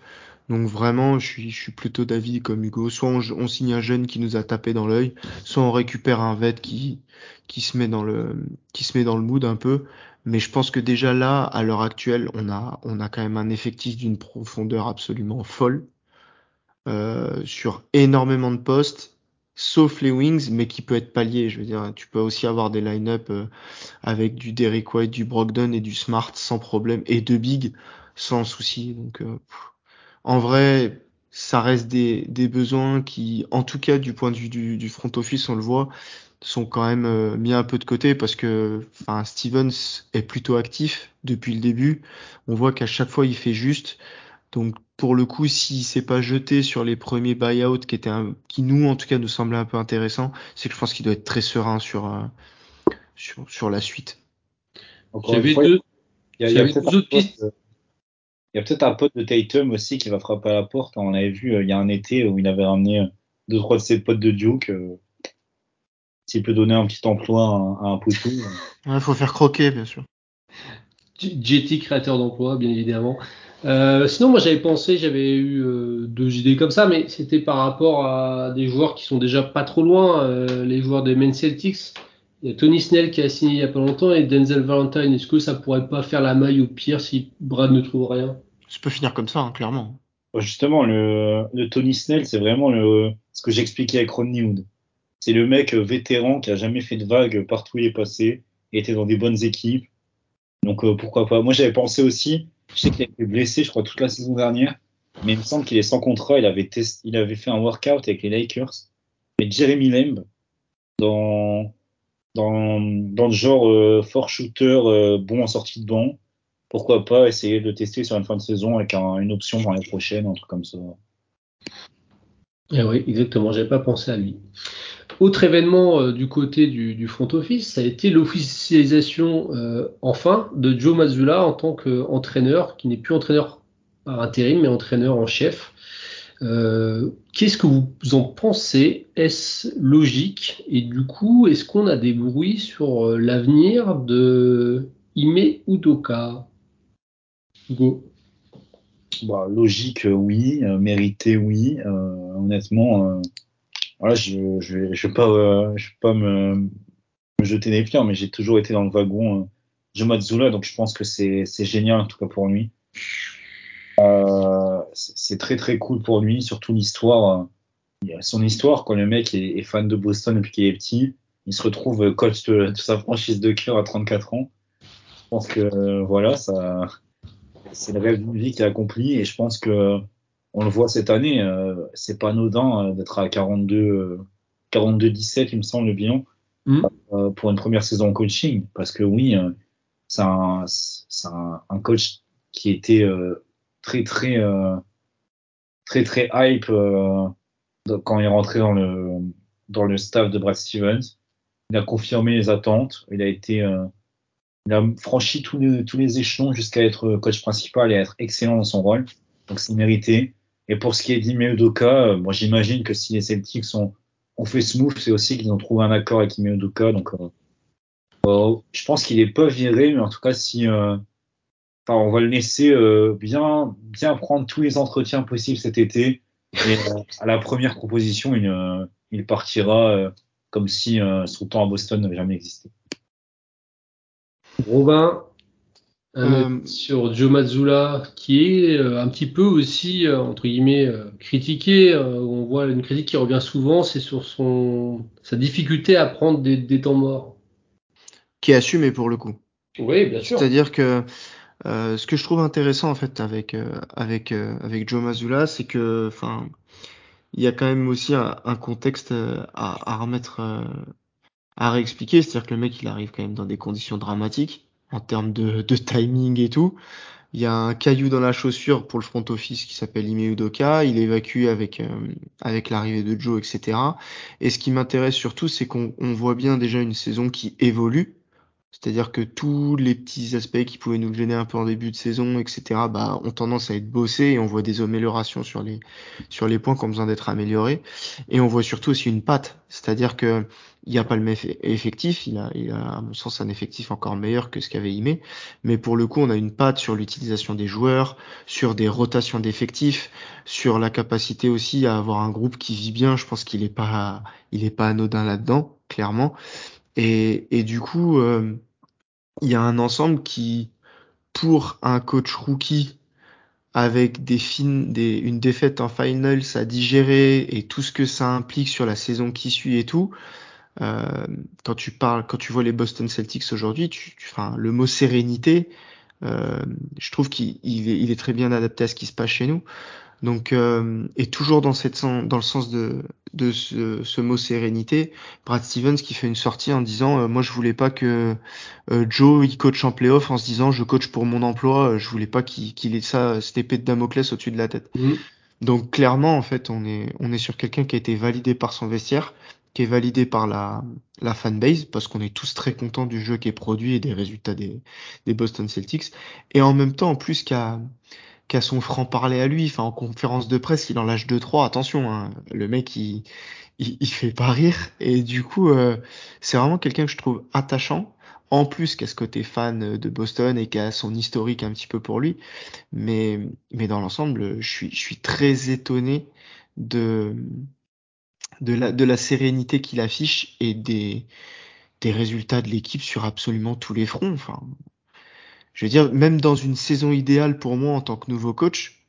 Donc vraiment, je suis, je suis plutôt d'avis comme Hugo. Soit on, on signe un jeune qui nous a tapé dans l'œil, soit on récupère un vet qui, qui se met dans le, qui se met dans le mood un peu. Mais je pense que déjà là, à l'heure actuelle, on a, on a quand même un effectif d'une profondeur absolument folle, euh, sur énormément de postes, sauf les wings, mais qui peut être pallié. Je veux dire, tu peux aussi avoir des line-up euh, avec du Derrick White, du Brogdon et du Smart sans problème, et de Big sans souci. Donc, euh, en vrai, ça reste des, des besoins qui, en tout cas du point de vue du, du front office, on le voit, sont quand même euh, mis un peu de côté parce que enfin, Stevens est plutôt actif depuis le début. On voit qu'à chaque fois, il fait juste. Donc pour le coup, s'il s'est pas jeté sur les premiers buyouts qui étaient un- qui nous, en tout cas, nous semblaient un peu intéressants, c'est que je pense qu'il doit être très serein sur, euh, sur, sur la suite. Encore une J'avais fois, il deux, y a, il y a j'avais peut-être deux un autres pote, pistes. euh, il y a peut-être un pote de Tatum aussi qui va frapper à la porte. On avait vu euh, il y a un été où il avait ramené euh, deux, trois de ses potes de Duke. Euh, s'il peut donner un petit emploi à, un- à un poteau. euh. Ouais, faut faire croquer, bien sûr. J T, créateur d'emploi, bien évidemment. Euh, sinon, moi, j'avais pensé, j'avais eu euh, deux idées comme ça, mais c'était par rapport à des joueurs qui sont déjà pas trop loin, euh, les joueurs des Maine Celtics. Il y a Tony Snell qui a signé il y a pas longtemps et Denzel Valentine. Est-ce que ça pourrait pas faire la maille au pire si Brad ne trouve rien? Ça peut finir comme ça, hein, clairement. Bon, justement, le, le Tony Snell, c'est vraiment le, ce que j'expliquais avec Rodney Hood. C'est le mec euh, vétéran qui a jamais fait de vague partout où il est passé, et était dans des bonnes équipes. Donc euh, pourquoi pas. Moi j'avais pensé aussi, je sais qu'il a été blessé, je crois, toute la saison dernière, mais il me semble qu'il est sans contrat. Il avait test, il avait fait un workout avec les Lakers. Mais Jeremy Lamb, dans, dans, dans le genre euh, fort shooter, euh, bon en sortie de banc, pourquoi pas essayer de le tester sur une fin de saison avec un- une option pour l'année prochaine, un truc comme ça. Eh oui, exactement, j'avais pas pensé à lui. Autre événement euh, du côté du, du front office, ça a été l'officialisation euh, enfin de Joe Mazzulla en tant qu'entraîneur, qui n'est plus entraîneur par intérim, mais entraîneur en chef. Euh, qu'est-ce que vous en pensez? Est-ce logique? Et du coup, est-ce qu'on a des bruits sur euh, l'avenir de Ime Udoka? Hugo. Bah, logique, euh, oui. Euh, mérité, oui. Euh, honnêtement, euh, voilà, je, je vais, je vais pas, euh, je vais pas me, me jeter des fleurs, mais j'ai toujours été dans le wagon euh, Joe Mazzulla, donc je pense que c'est c'est génial en tout cas pour lui. Euh, c'est c'est très très cool pour lui, surtout l'histoire, euh, il y a son histoire quand le mec est, est fan de Boston depuis qu'il est petit, il se retrouve euh, coach de, de sa franchise de cœur à trente-quatre ans. Je pense que euh, voilà, ça, c'est le rêve d'une vie qui est accompli et je pense que on le voit cette année, euh, c'est pas anodin euh, d'être à quarante-deux, euh, quarante-deux dix-sept, il me semble le bilan, Hmm. euh, pour une première saison en coaching, parce que oui. euh, C'est un, c'est un, un coach qui était euh, très très euh, très très hype euh, dans- quand il est rentré dans le dans le staff de Brad Stevens. Il a confirmé les attentes. Il a été euh, il a franchi tous les tous les échelons jusqu'à être coach principal et à être excellent dans son rôle. Donc c'est mérité. Et pour ce qui est d'Ime Udoka, euh, moi j'imagine que si les Celtics ont ont fait smooth, c'est aussi qu'ils ont trouvé un accord avec Ime Udoka. Donc euh, je pense qu'il est pas viré, mais en tout cas si euh, enfin, on va le laisser euh, bien, bien prendre tous les entretiens possibles cet été. Et euh, à la première proposition, il, euh, il partira euh, comme si euh, son temps à Boston n'avait jamais existé. Robin, un avis Euh, sur Joe Mazzulla, qui est euh, un petit peu aussi, euh, entre guillemets, euh, critiqué. Euh, on voit une critique qui revient souvent, c'est sur son sa difficulté à prendre des, des temps morts. qui est assumé pour le coup. Oui, bien sûr. C'est-à-dire que euh, ce que je trouve intéressant en fait avec euh, avec euh, avec Joe Mazzulla, c'est que enfin il y a quand même aussi un, un contexte euh, à, à remettre euh, à réexpliquer. C'est-à-dire que le mec il arrive quand même dans des conditions dramatiques en termes de, de timing et tout. Il y a un caillou dans la chaussure pour le front office qui s'appelle Ime Udoka. Il est évacué avec euh, avec l'arrivée de Joe, et cetera. Et ce qui m'intéresse surtout, c'est qu'on on voit bien déjà une saison qui évolue. C'est-à-dire que tous les petits aspects qui pouvaient nous gêner un peu en début de saison, et cetera, bah, ont tendance à être bossés et on voit des améliorations sur les, sur les points qui ont besoin d'être améliorés. Et on voit surtout aussi une patte. C'est-à-dire que il n'y a pas le même effectif. Il a, il a, à mon sens, un effectif encore meilleur que ce qu'avait Ime. Mais pour le coup, on a une patte sur l'utilisation des joueurs, sur des rotations d'effectifs, sur la capacité aussi à avoir un groupe qui vit bien. Je pense qu'il est pas, il est pas anodin là-dedans, clairement. Et, et du coup, euh, il y a un ensemble qui, pour un coach rookie, avec des fin- des, une défaite en finals à digérer et tout ce que ça implique sur la saison qui suit et tout, euh, quand tu parles, quand tu vois les Boston Celtics aujourd'hui, tu, tu, enfin, le mot sérénité, euh, je trouve qu'il il est, il est très bien adapté à ce qui se passe chez nous. Donc, euh, et toujours dans cette sen- dans le sens de de ce, ce mot sérénité, Brad Stevens qui fait une sortie en disant euh, moi je voulais pas que euh, Joe il coach en playoff en se disant je coach pour mon emploi, euh, je voulais pas qu'il qu'il ait ça cette épée de Damoclès au-dessus de la tête. Mhm. Donc clairement en fait on est on est sur quelqu'un qui a été validé par son vestiaire, qui est validé par la la fanbase parce qu'on est tous très contents du jeu qui est produit et des résultats des des Boston Celtics et en même temps en plus qui a qu'à son franc-parler à lui. Enfin, en conférence de presse, il en lâche deux, trois. Attention, hein. Le mec, il, il, il fait pas rire. Et du coup, euh, c'est vraiment quelqu'un que je trouve attachant. En plus, qu'à ce côté fan de Boston et qui a son historique un petit peu pour lui. Mais, mais dans l'ensemble, je suis, je suis très étonné de, de la, de la sérénité qu'il affiche et des, des résultats de l'équipe sur absolument tous les fronts. Enfin, je veux dire, même dans une saison idéale pour moi en tant que nouveau coach,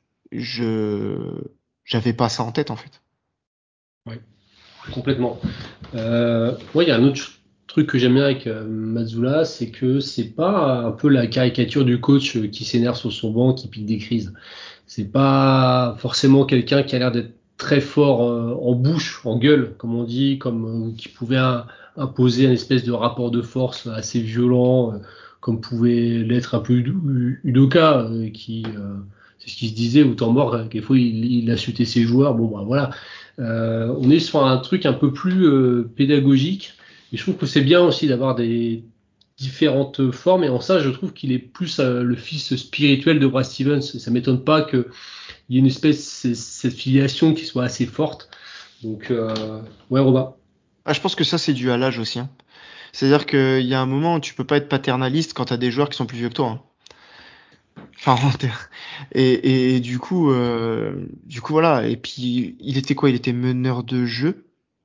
je j'avais pas ça en tête en fait. Ouais, complètement. Euh, ouais, il y a un autre ch- truc que j'aime bien avec euh, Mazzulla, c'est que c'est pas un peu la caricature du coach euh, qui s'énerve sur son banc, qui pique des crises. C'est pas forcément quelqu'un qui a l'air d'être très fort euh, en bouche, en gueule, comme on dit, comme euh, qui pouvait un- imposer un espèce de rapport de force assez violent, euh, comme pouvait l'être un peu Udo- Udoka, euh, qui euh, c'est ce qui se disait au temps mort, euh, quelquefois il, il insultait ses joueurs. Bon, bah voilà. Euh, on est sur un truc un peu plus euh, pédagogique. Et je trouve que c'est bien aussi d'avoir des différentes formes. Et en ça, je trouve qu'il est plus euh, le fils spirituel de Brad Stevens. Ça m'étonne pas qu'il y ait une espèce, c- cette filiation qui soit assez forte. Donc, euh, ouais, Robin. Ah, je pense que ça c'est dû à l'âge aussi, hein. C'est-à-dire qu'il y a un moment où tu peux pas être paternaliste quand t'as des joueurs qui sont plus vieux que toi, hein. Enfin, en ter- et, et du coup, euh, du coup voilà. Et puis il était quoi? Il était meneur de jeu.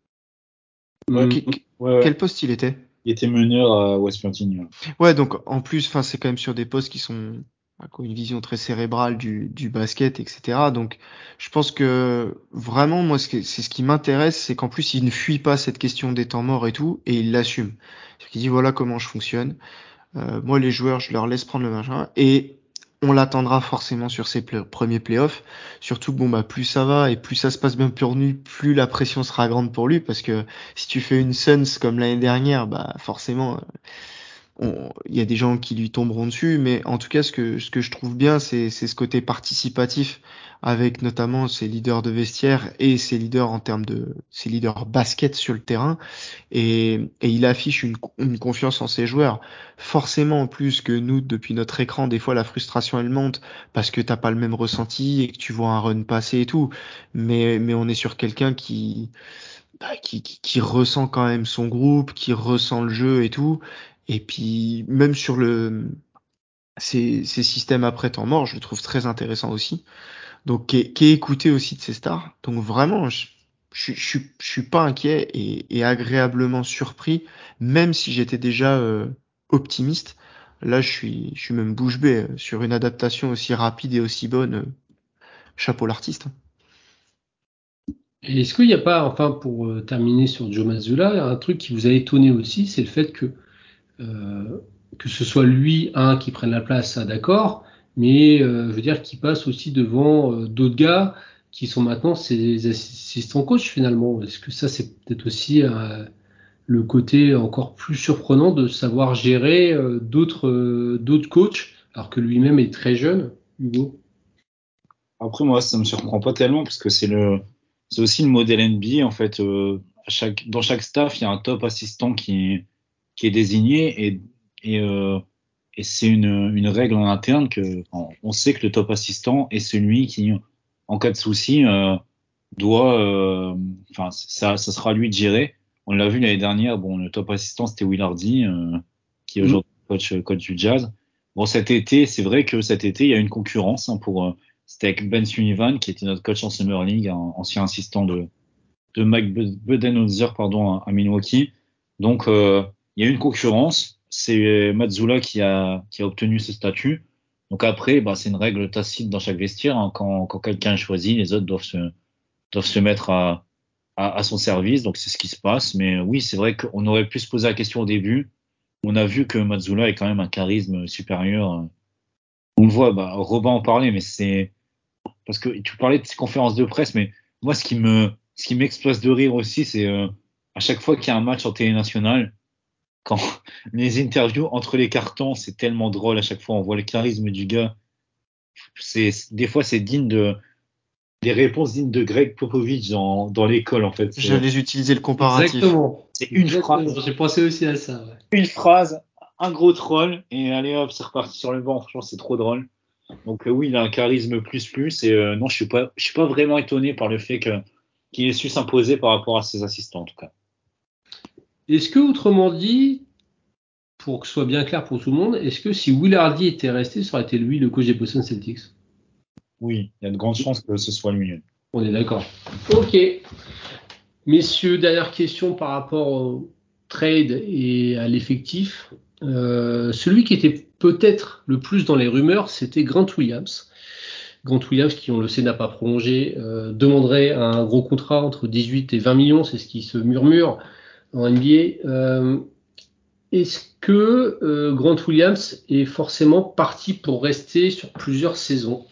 Ouais, Que- Hum, que- ouais, ouais. quel poste il était? Il était meneur à West Virginia. Ouais, donc en plus, enfin, c'est quand même sur des postes qui sont bah, qui ont une vision très cérébrale du, du basket, et cetera. Donc, je pense que vraiment, moi, ce que- c'est ce qui m'intéresse, c'est qu'en plus, il ne fuit pas cette question des temps morts et tout, et il l'assume. C'est-à-dire qu'il dit voilà comment je fonctionne. Euh, moi, les joueurs, je leur laisse prendre le machin, et on l'attendra forcément sur ses play- premiers playoffs. Surtout que bon bah plus ça va et plus ça se passe bien pour lui, plus la pression sera grande pour lui, parce que si tu fais une Suns comme l'année dernière, bah forcément on- il y a des gens qui lui tomberont dessus, mais en tout cas, ce que, ce que je trouve bien, c'est, c'est ce côté participatif avec notamment ses leaders de vestiaire et ses leaders en termes de, ses leaders basket sur le terrain. Et, et il affiche une, une confiance en ses joueurs. Forcément, en plus que nous, depuis notre écran, des fois, la frustration, elle monte parce que t'as pas le même ressenti et que tu vois un run passer et tout. Mais, mais on est sur quelqu'un qui, bah, qui, qui, qui ressent quand même son groupe, qui ressent le jeu et tout. Et puis, même sur le, ces, ces systèmes après temps mort, je le trouve très intéressant aussi. Donc, qui est, qui est écouté aussi de ces stars. Donc, vraiment, je, je, je, suis- je suis pas inquiet et, et agréablement surpris, même si j'étais déjà euh, optimiste. Là, je suis, je suis même bouche bée euh, sur une adaptation aussi rapide et aussi bonne. euh, Chapeau l'artiste. Et est-ce qu'il n'y a pas, enfin, pour euh, terminer sur Joe Mazzulla, un truc qui vous a étonné aussi, c'est le fait que euh, que ce soit lui, un, qui prenne la place, ça d'accord, mais euh, je veux dire qu'il passe aussi devant euh, d'autres gars qui sont maintenant ses assistants coach finalement. Est-ce que ça, c'est peut-être aussi euh, le côté encore plus surprenant de savoir gérer euh, d'autres euh, d'autres coachs, alors que lui-même est très jeune, Hugo? Après, moi, ça me surprend pas tellement parce que c'est le, c'est aussi le modèle N B A, en fait. Euh, à chaque, dans chaque staff, il y a un top assistant qui, qui est désigné et, et, euh, et c'est une, une règle en interne que on, on sait que le top assistant est celui qui, en cas de souci, euh, doit, euh, enfin, ça, ça sera à lui de gérer. On l'a vu l'année dernière. Bon, le top assistant c'était Will Hardy, euh, qui est Mm. aujourd'hui coach, coach du Jazz. Bon, cet été, c'est vrai que cet été, il y a une concurrence hein, pour. Euh, c'était avec Ben Sullivan, qui était notre coach en Summer League, un ancien assistant de, de Mike Budenholzer, pardon, à, à Milwaukee. Donc, euh, il y a une concurrence. C'est Mazzulla qui a, qui a obtenu ce statut. Donc après, bah, c'est une règle tacite dans chaque vestiaire. Hein. Quand, quand quelqu'un est choisi, les autres doivent se, doivent se mettre à, à, à son service. Donc c'est ce qui se passe. Mais oui, c'est vrai qu'on aurait pu se poser la question au début. On a vu que Mazzulla est quand même un charisme supérieur. On le voit, bah, Robin en parlait, mais c'est parce que tu parlais de ces conférences de presse, mais moi, ce qui me, ce qui m'explose de rire aussi, c'est euh, à chaque fois qu'il y a un match en télé nationale, quand les interviews entre les cartons, c'est tellement drôle. À chaque fois, on voit le charisme du gars. C'est, des fois, c'est digne de, des réponses dignes de Greg Popovich dans, dans l'école, en fait. C'est, J'allais utiliser le comparatif. Exactement. c'est une Exactement. phrase, J'ai pensé aussi à ça. Ouais. une phrase, un gros troll, et allez hop, c'est reparti sur le banc. Franchement, c'est trop drôle. Donc euh, oui, il a un charisme plus plus et euh, non, je suis pas, je suis pas vraiment étonné par le fait que qu'il ait su s'imposer par rapport à ses assistants en tout cas. Est-ce que, autrement dit, pour que ce soit bien clair pour tout le monde, est-ce que si Will Hardy était resté, ça aurait été lui le coach des Boston Celtics? Oui, il y a de grandes chances que ce soit lui. On est d'accord. Ok. Messieurs, dernière question par rapport au trade et à l'effectif. Euh, celui qui était peut-être le plus dans les rumeurs, c'était Grant Williams. Grant Williams, qui on le sait n'a pas prolongé, euh, demanderait un gros contrat entre dix-huit et vingt millions, c'est ce qui se murmure en N B A. Euh, est-ce que euh, Grant Williams est forcément parti pour rester sur plusieurs saisons?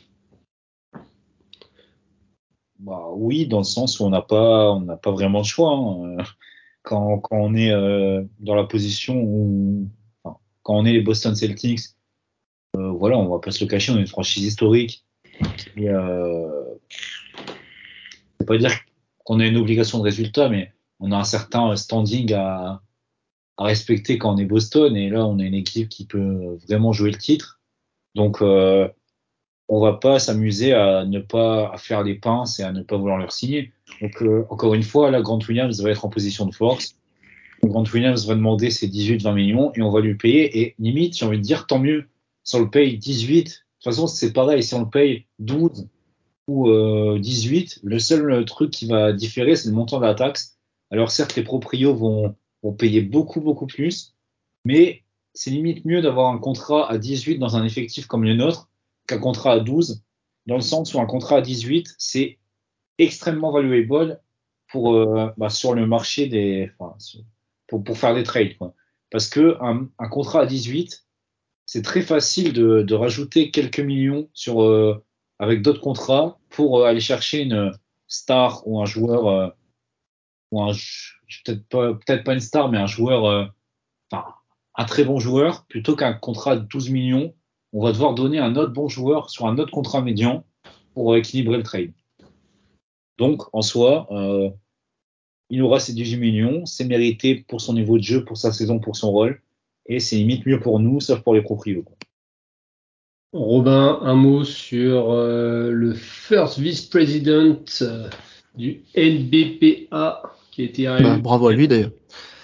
Bah oui, dans le sens où on n'a pas, on n'a pas vraiment de choix. Hein. Euh, Quand, quand on est euh, dans la position où, enfin, quand on est les Boston Celtics, euh, voilà, on va pas se le cacher, on est une franchise historique. Et euh, je vais pas dire qu'on a une obligation de résultat, mais on a un certain standing à à respecter quand on est Boston. Et là, on a une équipe qui peut vraiment jouer le titre. Donc, euh, on va pas s'amuser à ne pas à faire les pinces et à ne pas vouloir leur signer. Donc, euh, encore une fois, là, Grant Williams va être en position de force. Grant Williams va demander ses dix-huit vingt millions et on va lui payer. Et limite, j'ai envie de dire, tant mieux. Si on le paye dix-huit, de toute façon, c'est pareil. Si on le paye douze ou euh, dix-huit, le seul truc qui va différer, c'est le montant de la taxe. Alors, certes, les proprios vont, vont payer beaucoup, beaucoup plus. Mais c'est limite mieux d'avoir un contrat à dix-huit dans un effectif comme le nôtre qu'un contrat à douze, dans le sens où un contrat à dix-huit, c'est extrêmement valuable pour, euh, bah, sur le marché des, enfin, pour, pour faire des trades, quoi. Parce que un, un contrat à dix-huit, c'est très facile de, de rajouter quelques millions sur, euh, avec d'autres contrats pour euh, aller chercher une star ou un joueur, euh, ou un, peut-être pas, peut-être pas une star, mais un joueur, euh, enfin, un très bon joueur, plutôt qu'un contrat de douze millions, on va devoir donner un autre bon joueur sur un autre contrat médian pour équilibrer le trade. Donc, en soi, euh, il aura ses dix-huit millions, c'est mérité pour son niveau de jeu, pour sa saison, pour son rôle, et c'est limite mieux pour nous, sauf pour les proprios. Robin, un mot sur euh, le First Vice President euh, du N B P A qui a été Bah, élu. bravo à lui d'ailleurs.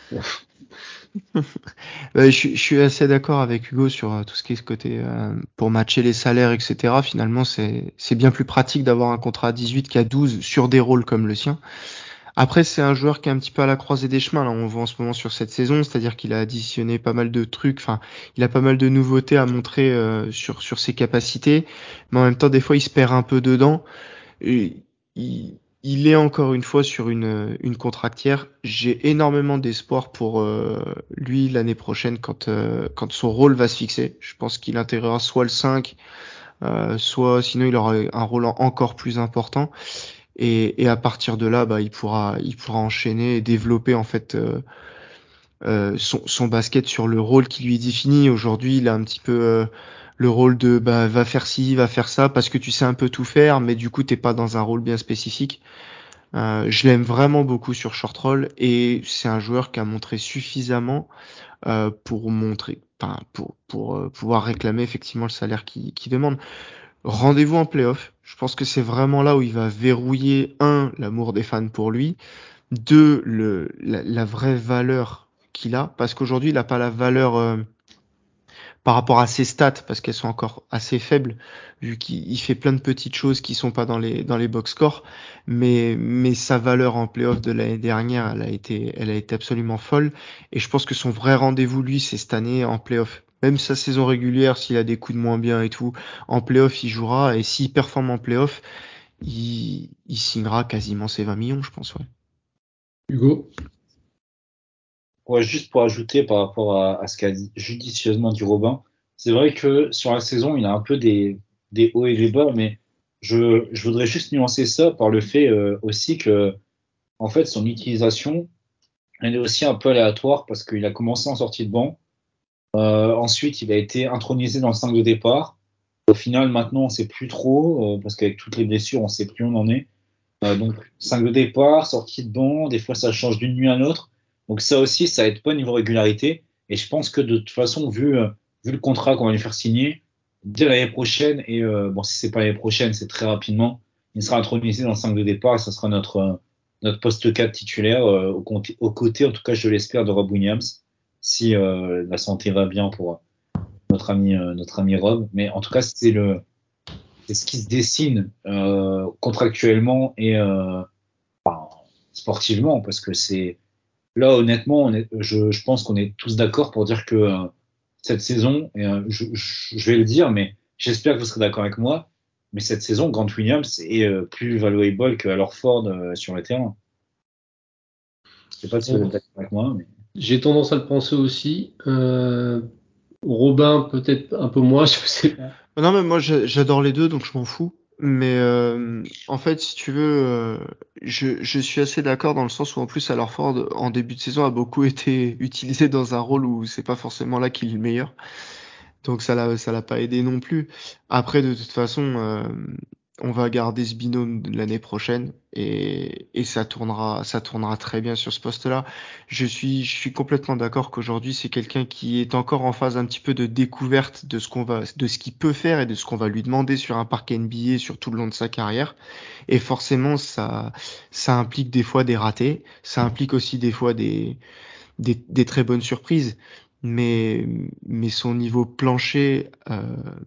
Euh, je, suis- je suis assez d'accord avec Hugo sur euh, tout ce qui est ce côté euh, pour matcher les salaires, et cetera. Finalement, c'est c'est bien plus pratique d'avoir un contrat à dix-huit qu'à douze sur des rôles comme le sien. Après, c'est un joueur qui est un petit peu à la croisée des chemins. Là, on voit en ce moment sur cette saison, c'est-à-dire qu'il a additionné pas mal de trucs. Enfin, il a pas mal de nouveautés à montrer euh, sur sur ses capacités, mais en même temps, des fois, il se perd un peu dedans. Et il, il est encore une fois sur une, une contractière. J'ai énormément d'espoir pour euh, lui l'année prochaine quand, euh, quand son rôle va se fixer. Je pense qu'il intégrera soit le cinq, euh, soit sinon il aura un rôle encore plus important. Et, et à partir de là, bah, il pourra, il pourra enchaîner et développer en fait euh, euh, son, son basket sur le rôle qui lui est défini. Aujourd'hui, il a un petit peu euh, le rôle de bah, va faire ci, va faire ça, parce que tu sais un peu tout faire, mais du coup, t'es pas dans un rôle bien spécifique. Euh, je l'aime vraiment beaucoup sur short roll et c'est un joueur qui a montré suffisamment euh, pour montrer, enfin, pour pour euh, pouvoir réclamer effectivement le salaire qu'il qu'il demande. Rendez-vous en playoff. Je pense que c'est vraiment là où il va verrouiller un l'amour des fans pour lui, deux le la, la vraie valeur qu'il a, parce qu'aujourd'hui il n'a pas la valeur euh, par rapport à ses stats, parce qu'elles sont encore assez faibles, vu qu'il il fait plein de petites choses qui sont pas dans les dans les box scores, mais mais sa valeur en playoff de l'année dernière, elle a été elle a été absolument folle, et je pense que son vrai rendez-vous lui, c'est cette année en playoff. Même sa saison régulière, s'il a des coups de moins bien et tout, en playoff il jouera, et s'il performe en playoff, il il signera quasiment ses vingt millions, je pense, ouais. Hugo? Ouais, juste pour ajouter par rapport à, à ce qu'a dit, judicieusement dit Robin, c'est vrai que sur la saison, il a un peu des, des hauts et des bas, mais je, je voudrais juste nuancer ça par le fait euh, aussi que, en fait, son utilisation, elle est aussi un peu aléatoire parce qu'il a commencé en sortie de banc. Euh, ensuite, il a été intronisé dans le cinq de départ. Au final, maintenant, on sait plus trop, euh, parce qu'avec toutes les blessures, on sait plus où on en est. Euh, donc, cinq de départ, sortie de banc, des fois ça change d'une nuit à l'autre. Donc ça aussi, ça aide pas niveau régularité. Et je pense que de toute façon, vu, euh, vu le contrat qu'on va lui faire signer, dès l'année prochaine, et euh, bon, si c'est pas l'année prochaine, c'est très rapidement, il sera intronisé dans le cinq de départ et ça sera notre, euh, notre poste quatre titulaire, euh, au, côté, au côté, en tout cas, je l'espère, de Rob Williams, si euh, la santé va bien pour notre ami, euh, notre ami Rob. Mais en tout cas, c'est le, c'est ce qui se dessine euh, contractuellement et euh, sportivement, parce que c'est là honnêtement, on est, je, je pense qu'on est tous d'accord pour dire que euh, cette saison, et, euh, je, je, je vais le dire, mais j'espère que vous serez d'accord avec moi, mais cette saison, Grant Williams est euh, plus valuable que Al Horford euh, sur le terrain. Je sais pas si vous êtes Bon, d'accord avec moi, mais j'ai tendance à le penser aussi. Euh, Robin, peut-être un peu moins, je sais pas. Non, mais moi j'a- j'adore les deux, donc je m'en fous. Mais euh, en fait, si tu veux, euh, je, je suis assez d'accord dans le sens où en plus, Al Horford, en début de saison, a beaucoup été utilisé dans un rôle où c'est pas forcément là qu'il est le meilleur. Donc ça l'a ça l'a pas aidé non plus. Après, de toute façon, euh, on va garder ce binôme de l'année prochaine et, et ça tournera ça tournera très bien sur ce poste-là. Je suis je suis complètement d'accord qu'aujourd'hui c'est quelqu'un qui est encore en phase un petit peu de découverte de ce qu'on va de ce qu'il peut faire et de ce qu'on va lui demander sur un parc N B A sur tout le long de sa carrière. Et forcément ça ça implique des fois des ratés, ça implique aussi des fois des des, des très bonnes surprises, mais, mais son niveau plancher euh,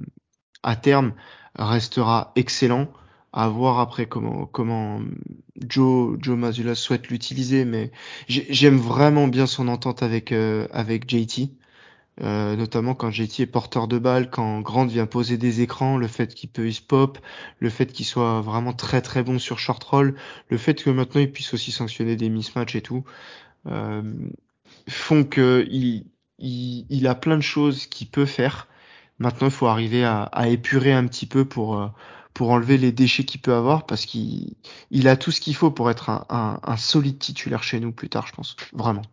à terme restera excellent. À voir après comment comment Joe Joe Mazzulla souhaite l'utiliser, mais j'ai- j'aime vraiment bien son entente avec euh, avec J T, euh, notamment quand J T est porteur de balle, quand Grant vient poser des écrans, le fait qu'il peut pop, le fait qu'il soit vraiment très très bon sur short roll, le fait que maintenant il puisse aussi sanctionner des mismatchs et tout. Euh, Font que il, il, il a plein de choses qu'il peut faire. Maintenant, il faut arriver à, à épurer un petit peu pour, euh, pour enlever les déchets qu'il peut avoir parce qu'il il a tout ce qu'il faut pour être un, un, un solide titulaire chez nous plus tard, je pense. Vraiment.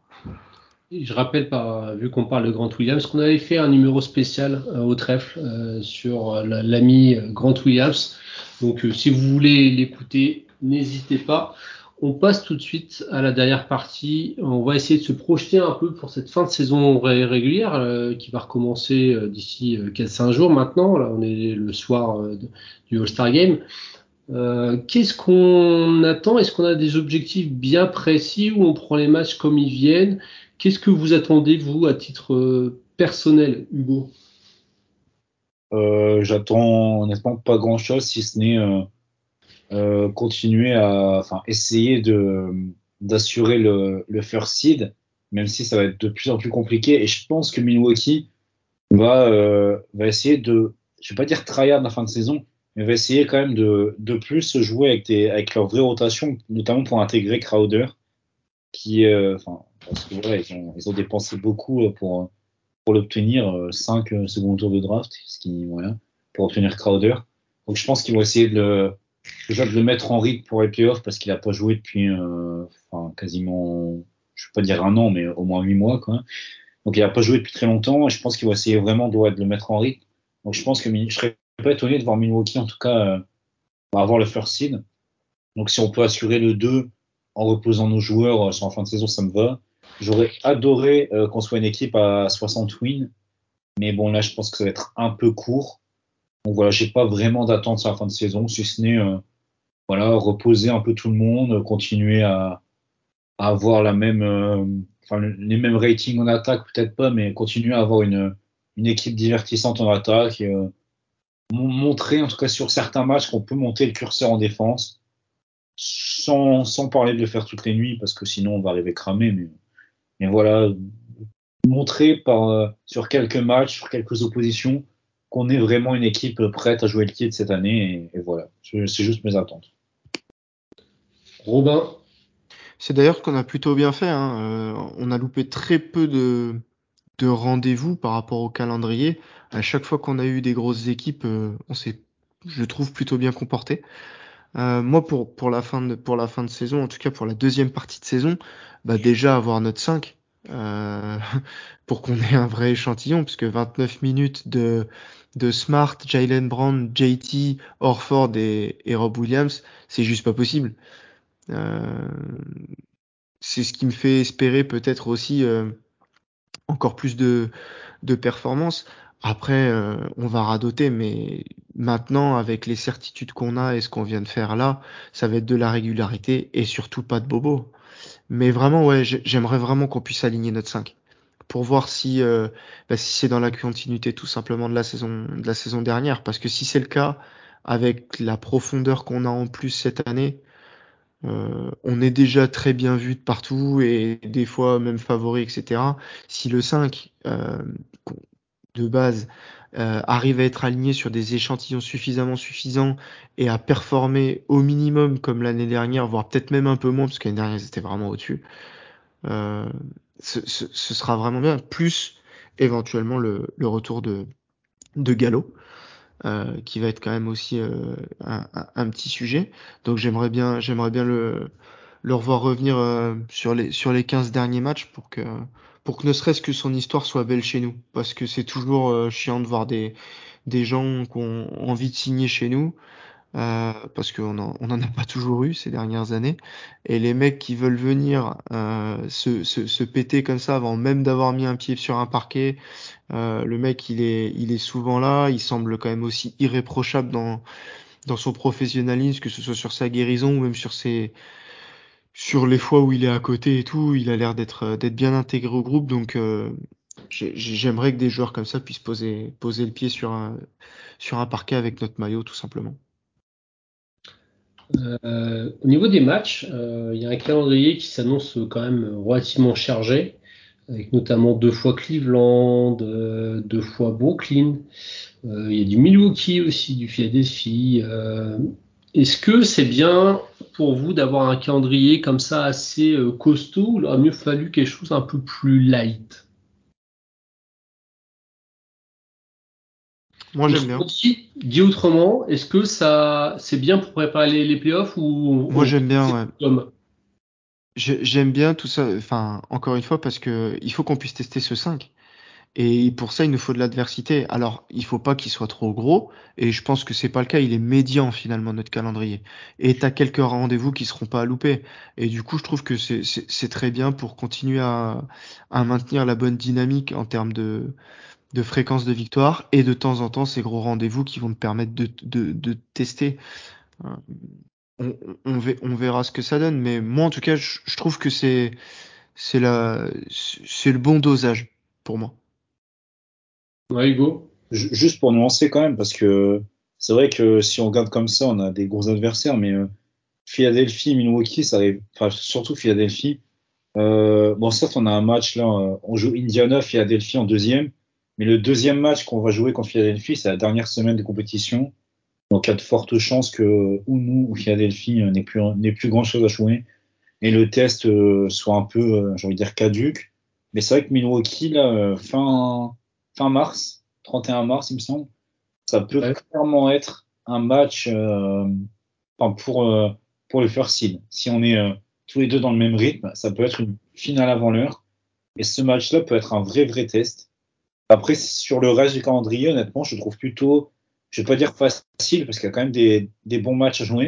Je rappelle, par, vu qu'on parle de Grant Williams, qu'on avait fait un numéro spécial euh, au trèfle euh, sur euh, la- l'ami euh, Grant Williams. Donc, euh, si vous voulez l'écouter, n'hésitez pas. On passe tout de suite à la dernière partie. On va essayer de se projeter un peu pour cette fin de saison ré- régulière euh, qui va recommencer euh, d'ici euh, quatre cinq jours maintenant. Là, on est le soir euh, de- du All-Star Game. Euh, qu'est-ce qu'on attend? Est-ce qu'on a des objectifs bien précis ou on prend les matchs comme ils viennent? Qu'est-ce que vous attendez, vous, à titre euh, personnel, Hugo? euh, j'attends honnêtement pas grand-chose si ce n'est euh, euh, continuer à, enfin, essayer de d'assurer le, le first seed, même si ça va être de plus en plus compliqué. Et je pense que Milwaukee va, euh, va essayer de, je vais pas dire tryhard la fin de saison, mais va essayer quand même de, de plus jouer avec, des, avec leur vraie rotation, notamment pour intégrer Crowder, qui, euh, enfin, parce que voilà, ils ont, ils ont dépensé beaucoup euh, pour, pour l'obtenir, euh, cinq euh, second tour de draft, ce qui, voilà, pour obtenir Crowder. Donc je pense qu'ils vont essayer de le, déjà de le mettre en rythme pour les playoffs parce qu'il a pas joué depuis, euh, enfin, quasiment, je vais pas dire un an, mais au moins huit mois, quoi. Donc il a pas joué depuis très longtemps et je pense qu'ils vont essayer vraiment de, ouais, de le mettre en rythme. Donc je pense que je serais pas étonné de voir Milwaukee en tout cas euh, avoir le first seed. Donc si on peut assurer le deux en reposant nos joueurs sur la fin de saison, ça me va. J'aurais adoré euh, qu'on soit une équipe à soixante wins, mais bon là je pense que ça va être un peu court. Donc voilà, j'ai pas vraiment d'attente sur la fin de saison, si ce n'est euh, voilà reposer un peu tout le monde, continuer à, à avoir la même, euh, enfin les mêmes ratings en attaque peut-être pas, mais continuer à avoir une une équipe divertissante en attaque. Et, euh, montrer en tout cas sur certains matchs qu'on peut monter le curseur en défense, sans sans parler de le faire toutes les nuits parce que sinon on va arriver cramé. Mais mais voilà, montrer par euh, sur quelques matchs, sur quelques oppositions qu'on est vraiment une équipe prête à jouer le titre cette année. Et, et voilà, c'est c'est juste mes attentes. Robin, C'est d'ailleurs ce qu'on a plutôt bien fait, hein. Euh, on a loupé très peu de, de rendez-vous par rapport au calendrier. À chaque fois qu'on a eu des grosses équipes, euh, on s'est, je trouve, plutôt bien comporté. Euh, moi, pour, pour la fin de, pour la fin de saison, en tout cas pour la deuxième partie de saison, bah déjà avoir notre cinq, euh, pour qu'on ait un vrai échantillon, puisque vingt-neuf minutes de, de Smart, Jaylen Brown, J T, Horford et, et Rob Williams, c'est juste pas possible. Euh, c'est ce qui me fait espérer peut-être aussi euh, encore plus de, de performance. Après, euh, on va radoter, mais maintenant, avec les certitudes qu'on a et ce qu'on vient de faire là, ça va être de la régularité et surtout pas de bobo. Mais vraiment, ouais, j'ai- j'aimerais vraiment qu'on puisse aligner notre cinq pour voir si, euh, bah, si c'est dans la continuité tout simplement de la saison, de la saison dernière. Parce que si c'est le cas, avec la profondeur qu'on a en plus cette année, euh, on est déjà très bien vu de partout et des fois même favori, et cetera. Si le cinq euh, de base euh, arrive à être aligné sur des échantillons suffisamment suffisants et à performer au minimum comme l'année dernière, voire peut-être même un peu moins, parce que l'année dernière ils étaient vraiment au-dessus, euh, ce, ce- ce sera vraiment bien. Plus éventuellement le, le retour de, de Gallo euh, qui va être quand même aussi euh, un, un- un petit sujet. Donc j'aimerais bien, j'aimerais bien le, le revoir revenir euh, sur les sur les quinze derniers matchs pour que pour que ne serait-ce que son histoire soit belle chez nous. Parce que c'est toujours euh, chiant de voir des des gens qui ont envie de signer chez nous. Euh, parce qu'on en, on en a pas toujours eu ces dernières années. Et les mecs qui veulent venir euh, se, se, se péter comme ça avant même d'avoir mis un pied sur un parquet, euh, le mec, il est, il est souvent là. Il semble quand même aussi irréprochable dans, dans son professionnalisme, que ce soit sur sa guérison ou même sur ses, sur les fois où il est à côté et tout. Il a l'air d'être, euh, d'être bien intégré au groupe. Donc, euh, j'ai- j'aimerais que des joueurs comme ça puissent poser, poser le pied sur un, sur un parquet avec notre maillot, tout simplement. euh, au niveau des matchs, euh, il y a un calendrier qui s'annonce quand même relativement chargé, avec notamment deux fois Cleveland, euh, deux fois Brooklyn. Euh, il y a du Milwaukee aussi, du Philadelphie. Euh, est-ce que c'est bien pour vous d'avoir un calendrier comme ça assez euh, costaud ou il aurait mieux fallu quelque chose un peu plus light? Moi, j'aime Autrement bien. dit, dit autrement, est-ce que ça c'est bien pour préparer les, les playoffs ou Moi, on, on- j'aime bien, c'est ouais. comme J'ai- J'aime bien tout ça, enfin, encore une fois, parce que il faut qu'on puisse tester ce cinq. Et pour ça, il nous faut de l'adversité. Alors, il faut pas qu'il soit trop gros, et je pense que c'est pas le cas. Il est médian finalement notre calendrier. Et t'as quelques rendez-vous qui seront pas à louper. Et du coup, je trouve que c'est c'est c'est très bien pour continuer à à maintenir la bonne dynamique en termes de de fréquence de victoire et de temps en temps ces gros rendez-vous qui vont te permettre de de de tester. Euh, On, on, ve- on verra ce que ça donne, mais moi en tout cas, je, je trouve que c'est c'est la c'est le bon dosage pour moi. ouais, Hugo? Ju- Juste pour nuancer quand même, parce que c'est vrai que si on regarde comme ça, on a des gros adversaires, mais euh, Philadelphie, Milwaukee, ça arrive, enfin surtout Philadelphie. Euh, bon, certes, on a un match là, euh, on joue Indiana, Philadelphie en deuxième, mais le deuxième match qu'on va jouer contre Philadelphie, c'est la dernière semaine de compétition. Donc, il y a de fortes chances que ou nous ou Philadelphie euh, n'ait plus n'ait plus grand chose à jouer et le test euh, soit un peu, euh, j'ai envie de dire, caduque. Mais c'est vrai que Milwaukee là, euh, fin fin mars, trente et un mars, il me semble, ça peut Ouais. clairement être un match, euh, enfin pour euh, pour le first seed. Si on est euh, tous les deux dans le même rythme, ça peut être une finale avant l'heure. Et ce match-là peut être un vrai, vrai test. Après, sur le reste du calendrier, honnêtement, je trouve plutôt, je vais pas dire facile, parce qu'il y a quand même des, des bons matchs à jouer,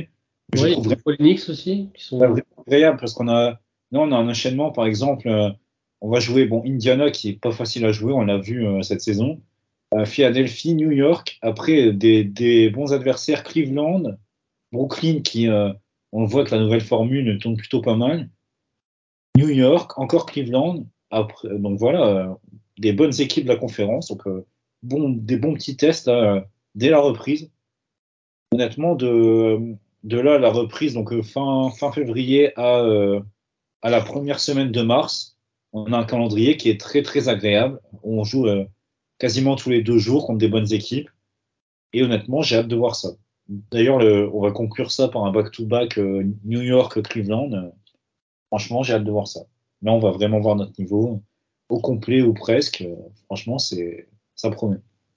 Je Oui, trouve il y a les Knicks aussi, qui pas sont. vraiment agréable parce qu'on a, là, on a un enchaînement, par exemple, euh, on va jouer, bon, Indiana qui est pas facile à jouer, on l'a vu euh, cette saison, euh, Philadelphie, New York, après euh, des, des bons adversaires, Cleveland, Brooklyn qui, euh, on voit que la nouvelle formule tourne plutôt pas mal, New York, encore Cleveland, après, donc voilà, euh, des bonnes équipes de la conférence, donc euh, bon, des bons petits tests euh, dès la reprise. Honnêtement, de, de là à la reprise, donc euh, fin, fin février à, euh, à la première semaine de mars, on a un calendrier qui est très très agréable. On joue euh, quasiment tous les deux jours contre des bonnes équipes. Et honnêtement, j'ai hâte de voir ça. D'ailleurs, le- on va conclure ça par un back-to-back euh, New York-Cleveland. Euh, franchement, j'ai hâte de voir ça. Là, on va vraiment voir notre niveau au complet ou presque. Euh, franchement, c'est ça promet.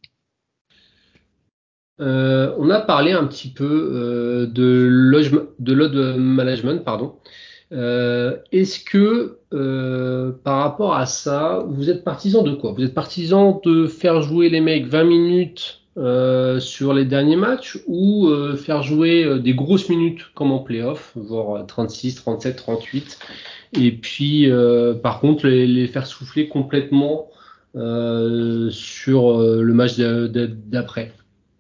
Euh, on a parlé un petit peu euh, de loge- de load management, pardon. Euh, est-ce que euh, par rapport à ça, vous êtes partisan de quoi? Vous êtes partisan de faire jouer les mecs vingt minutes euh, sur les derniers matchs ou euh, faire jouer euh, des grosses minutes comme en playoff, genre trente-six, trente-sept, trente-huit, et puis euh, par contre les, les faire souffler complètement euh, sur euh, le match de- de- d'après?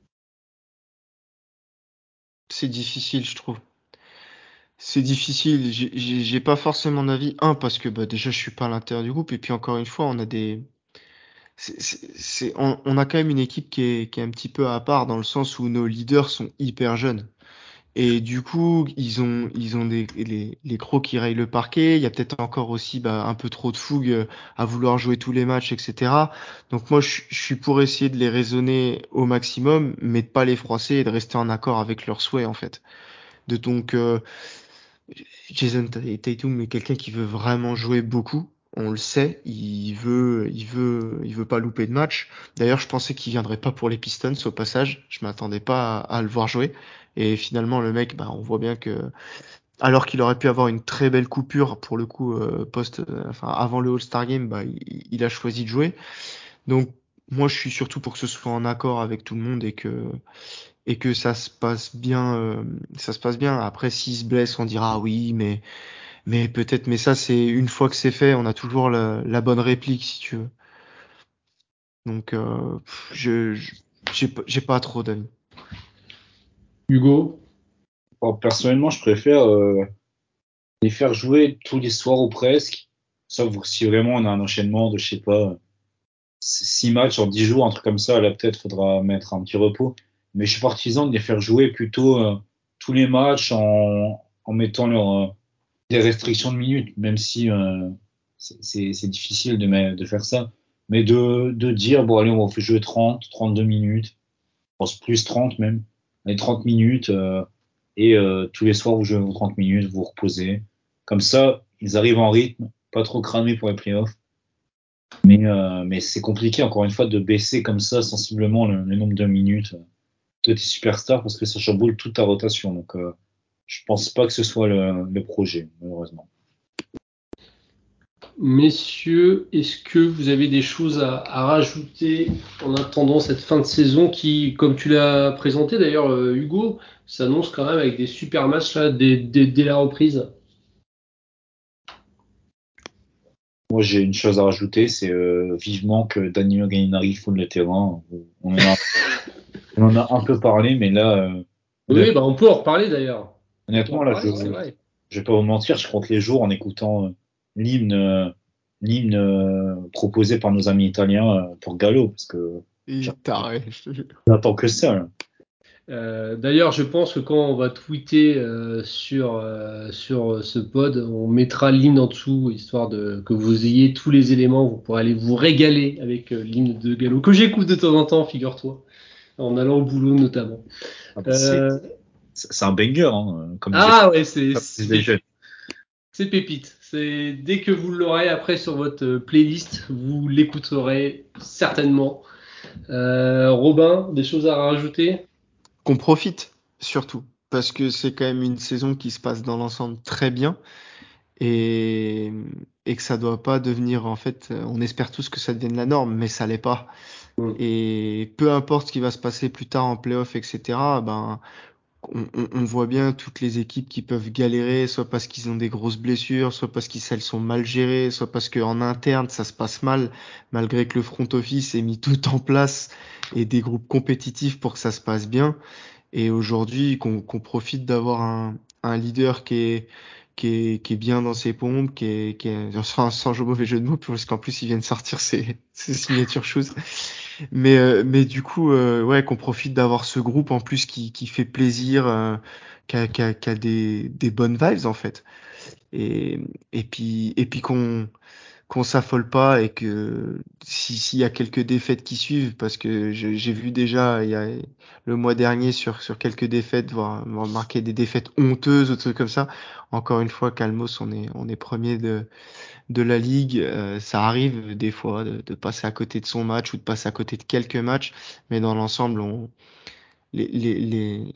C'est difficile, je trouve. C'est difficile. J'ai j'ai- j'ai pas forcément d'avis. Un, parce que bah, déjà, je suis pas à l'intérieur du groupe. Et puis encore une fois, on a des, c'est, c'est- c'est- on, on a quand même une équipe qui est, qui est un petit peu à part dans le sens où nos leaders sont hyper jeunes. Et du coup, ils ont, ils ont des, les, les crocs qui rayent le parquet. Il y a peut-être encore aussi bah, un peu trop de fougue euh, à vouloir jouer tous les matchs, et cetera. Donc moi, je, je suis pour essayer de les raisonner au maximum, mais de pas les froisser et de rester en accord avec leurs souhaits, en fait. De donc, euh, Jason Tatum est quelqu'un qui veut vraiment jouer beaucoup. On le sait, il veut, il veut, il veut pas louper de match. D'ailleurs, je pensais qu'il viendrait pas pour les Pistons au passage. Je m'attendais pas à, à le voir jouer. Et finalement, le mec, bah, on voit bien que, alors qu'il aurait pu avoir une très belle coupure pour le coup euh, post, euh, enfin avant le All-Star Game, bah, il, il a choisi de jouer. Donc, moi, je suis surtout pour que ce soit en accord avec tout le monde et que et que ça se passe bien. Euh, ça se passe bien. Après, s'il se blesse, on dira ah oui, mais mais peut-être, mais ça, c'est une fois que c'est fait, on a toujours la, la bonne réplique, si tu veux. Donc, euh, pff, je, je- j'ai pas j'ai pas trop d'avis. Hugo? Bon, personnellement, je préfère euh, les faire jouer tous les soirs ou presque, sauf si vraiment on a un enchaînement de, je sais pas, six matchs en dix jours, un truc comme ça, là peut-être faudra mettre un petit repos. Mais je suis partisan de les faire jouer plutôt euh, tous les matchs en, en mettant leur, euh, des restrictions de minutes, même si euh, c'est c'est- c'est difficile de, me- de faire ça. Mais de, de dire, bon allez, on va faire jouer trente, trente-deux minutes, je pense plus trente même, les trente minutes, euh, et euh, tous les soirs vous jouez vos trente minutes, vous vous reposez. Comme ça, ils arrivent en rythme, pas trop cramés pour les playoffs. Mais, euh, mais c'est compliqué, encore une fois, de baisser comme ça sensiblement le, le nombre de minutes de tes superstars parce que ça chamboule toute ta rotation. Donc, euh, je pense pas que ce soit le, le projet, malheureusement. Messieurs, est-ce que vous avez des choses à, à rajouter en attendant cette fin de saison qui, comme tu l'as présenté d'ailleurs, euh, Hugo, s'annonce quand même avec des super matchs là, dès, dès- dès la reprise? Moi, j'ai une chose à rajouter, c'est euh, vivement que Danilo Gallinari fonde le terrain. On en a, on en a un peu parlé, mais là, euh, Oui, honnêtement, bah on peut en reparler d'ailleurs. On peut en honnêtement, là, je, reparler, c'est vrai. je vais pas vous mentir, je compte les jours en écoutant euh, l'hymne, euh, l'hymne euh, proposé par nos amis italiens euh, pour Gallo, parce que Et taré, je te jure. j'attends que ça, là. Euh, d'ailleurs, je pense que quand on va tweeter euh, sur, euh, sur ce pod, on mettra l'hymne en dessous, histoire de que vous ayez tous les éléments, vous pourrez aller vous régaler avec euh, l'hymne de Gallo, que j'écoute de temps en temps, figure-toi, en allant au boulot notamment. Ah bah, c'est Euh, c'est un banger, hein, comme disait ah ouais, c'est comme disait les c'est jeunes. c'est pépite. C'est dès que vous l'aurez après sur votre euh, playlist, vous l'écouterez certainement. Euh, Robin, des choses à rajouter? Qu'on profite, surtout, parce que c'est quand même une saison qui se passe dans l'ensemble très bien et, et que ça doit pas devenir, en fait, on espère tous que ça devienne la norme, mais ça l'est pas. Mm. Et peu importe ce qui va se passer plus tard en playoff, et cetera, ben, on, on, on voit bien toutes les équipes qui peuvent galérer, soit parce qu'ils ont des grosses blessures, soit parce qu'elles sont mal gérées, soit parce qu'en interne ça se passe mal, malgré que le front office ait mis tout en place et des groupes compétitifs pour que ça se passe bien. Et aujourd'hui, qu'on qu'on profite d'avoir un, un leader qui est, qui est, qui est bien dans ses pompes, qui est, qui est sans, sans jeu mauvais jeu de mots, parce qu'en plus il vient de sortir ses, ses signatures choses. Mais, euh, mais du coup, euh, ouais, qu'on profite d'avoir ce groupe en plus qui, qui fait plaisir, euh, qui a, qui a, qui a des, des bonnes vibes en fait. Et, et puis, et puis qu'on, qu'on s'affole pas et que si, s'il y a quelques défaites qui suivent, parce que je- j'ai vu déjà il y a le mois dernier sur, sur quelques défaites, voir, voir marquer des défaites honteuses ou des trucs comme ça. Encore une fois, Calmos, on est, on est premier de, de la ligue. Euh, ça arrive des fois de, de passer à côté de son match ou de passer à côté de quelques matchs, mais dans l'ensemble, on, les, les, les,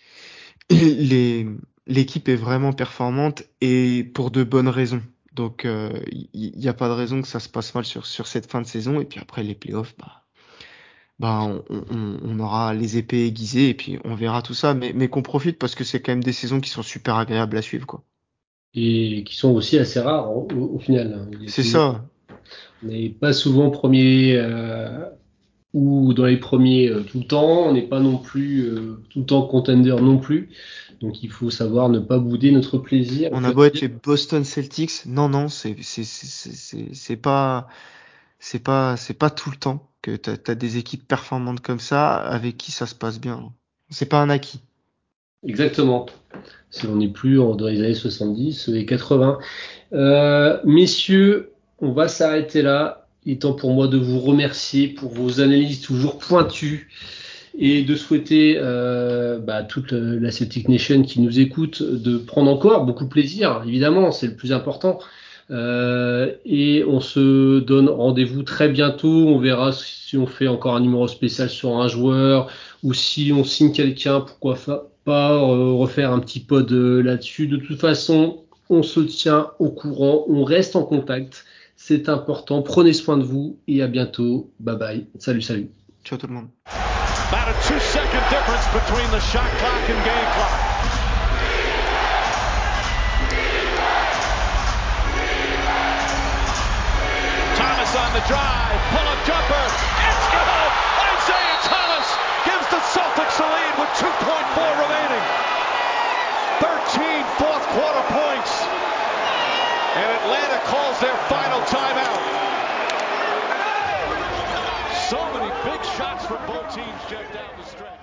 les, l'équipe est vraiment performante et pour de bonnes raisons. Donc, euh, il n'y a pas de raison que ça se passe mal sur, sur cette fin de saison. Et puis après, les playoffs, bah, bah, on, on, on aura les épées aiguisées et puis on verra tout ça. Mais, mais qu'on profite parce que c'est quand même des saisons qui sont super agréables à suivre, quoi. Et qui sont aussi assez rares au, au- au final, hein. Il y a C'est toujours, ça. on n'est pas souvent premier euh, ou dans les premiers euh, tout le temps. On n'est pas non plus euh, tout le temps contender non plus. Donc il faut savoir ne pas bouder notre plaisir. On a beau être les Boston Celtics. Non, non, c'est, c'est, c'est, c'est, c'est c'est pas, c'est pas, c'est pas tout le temps que t'as, t'as des équipes performantes comme ça avec qui ça se passe bien. C'est pas un acquis. Exactement. Si on n'est plus en- dans les années soixante-dix et quatre-vingts. Euh, messieurs, on va s'arrêter là. Il est temps pour moi de vous remercier pour vos analyses toujours pointues et de souhaiter euh, bah, à toute la la Celtic Nation qui nous écoute de prendre encore beaucoup de plaisir. Évidemment, c'est le plus important. Euh, et on se donne rendez-vous très bientôt. On verra si on fait encore un numéro spécial sur un joueur ou si on signe quelqu'un, pourquoi fa- pas euh, refaire un petit pod euh, là-dessus. De toute façon, on se tient au courant, on reste en contact. C'est important. Prenez soin de vous et à bientôt. Bye bye. Salut, salut. Ciao tout le monde. About a two-second difference between the shot clock and game clock. Thomas on the drive, pull-up jumper, it's good! Isaiah Thomas gives the Celtics a lead with two point four remaining. thirteen fourth quarter points, and Atlanta calls their final timeout. So many big shots from both teams, Jeff, down the stretch.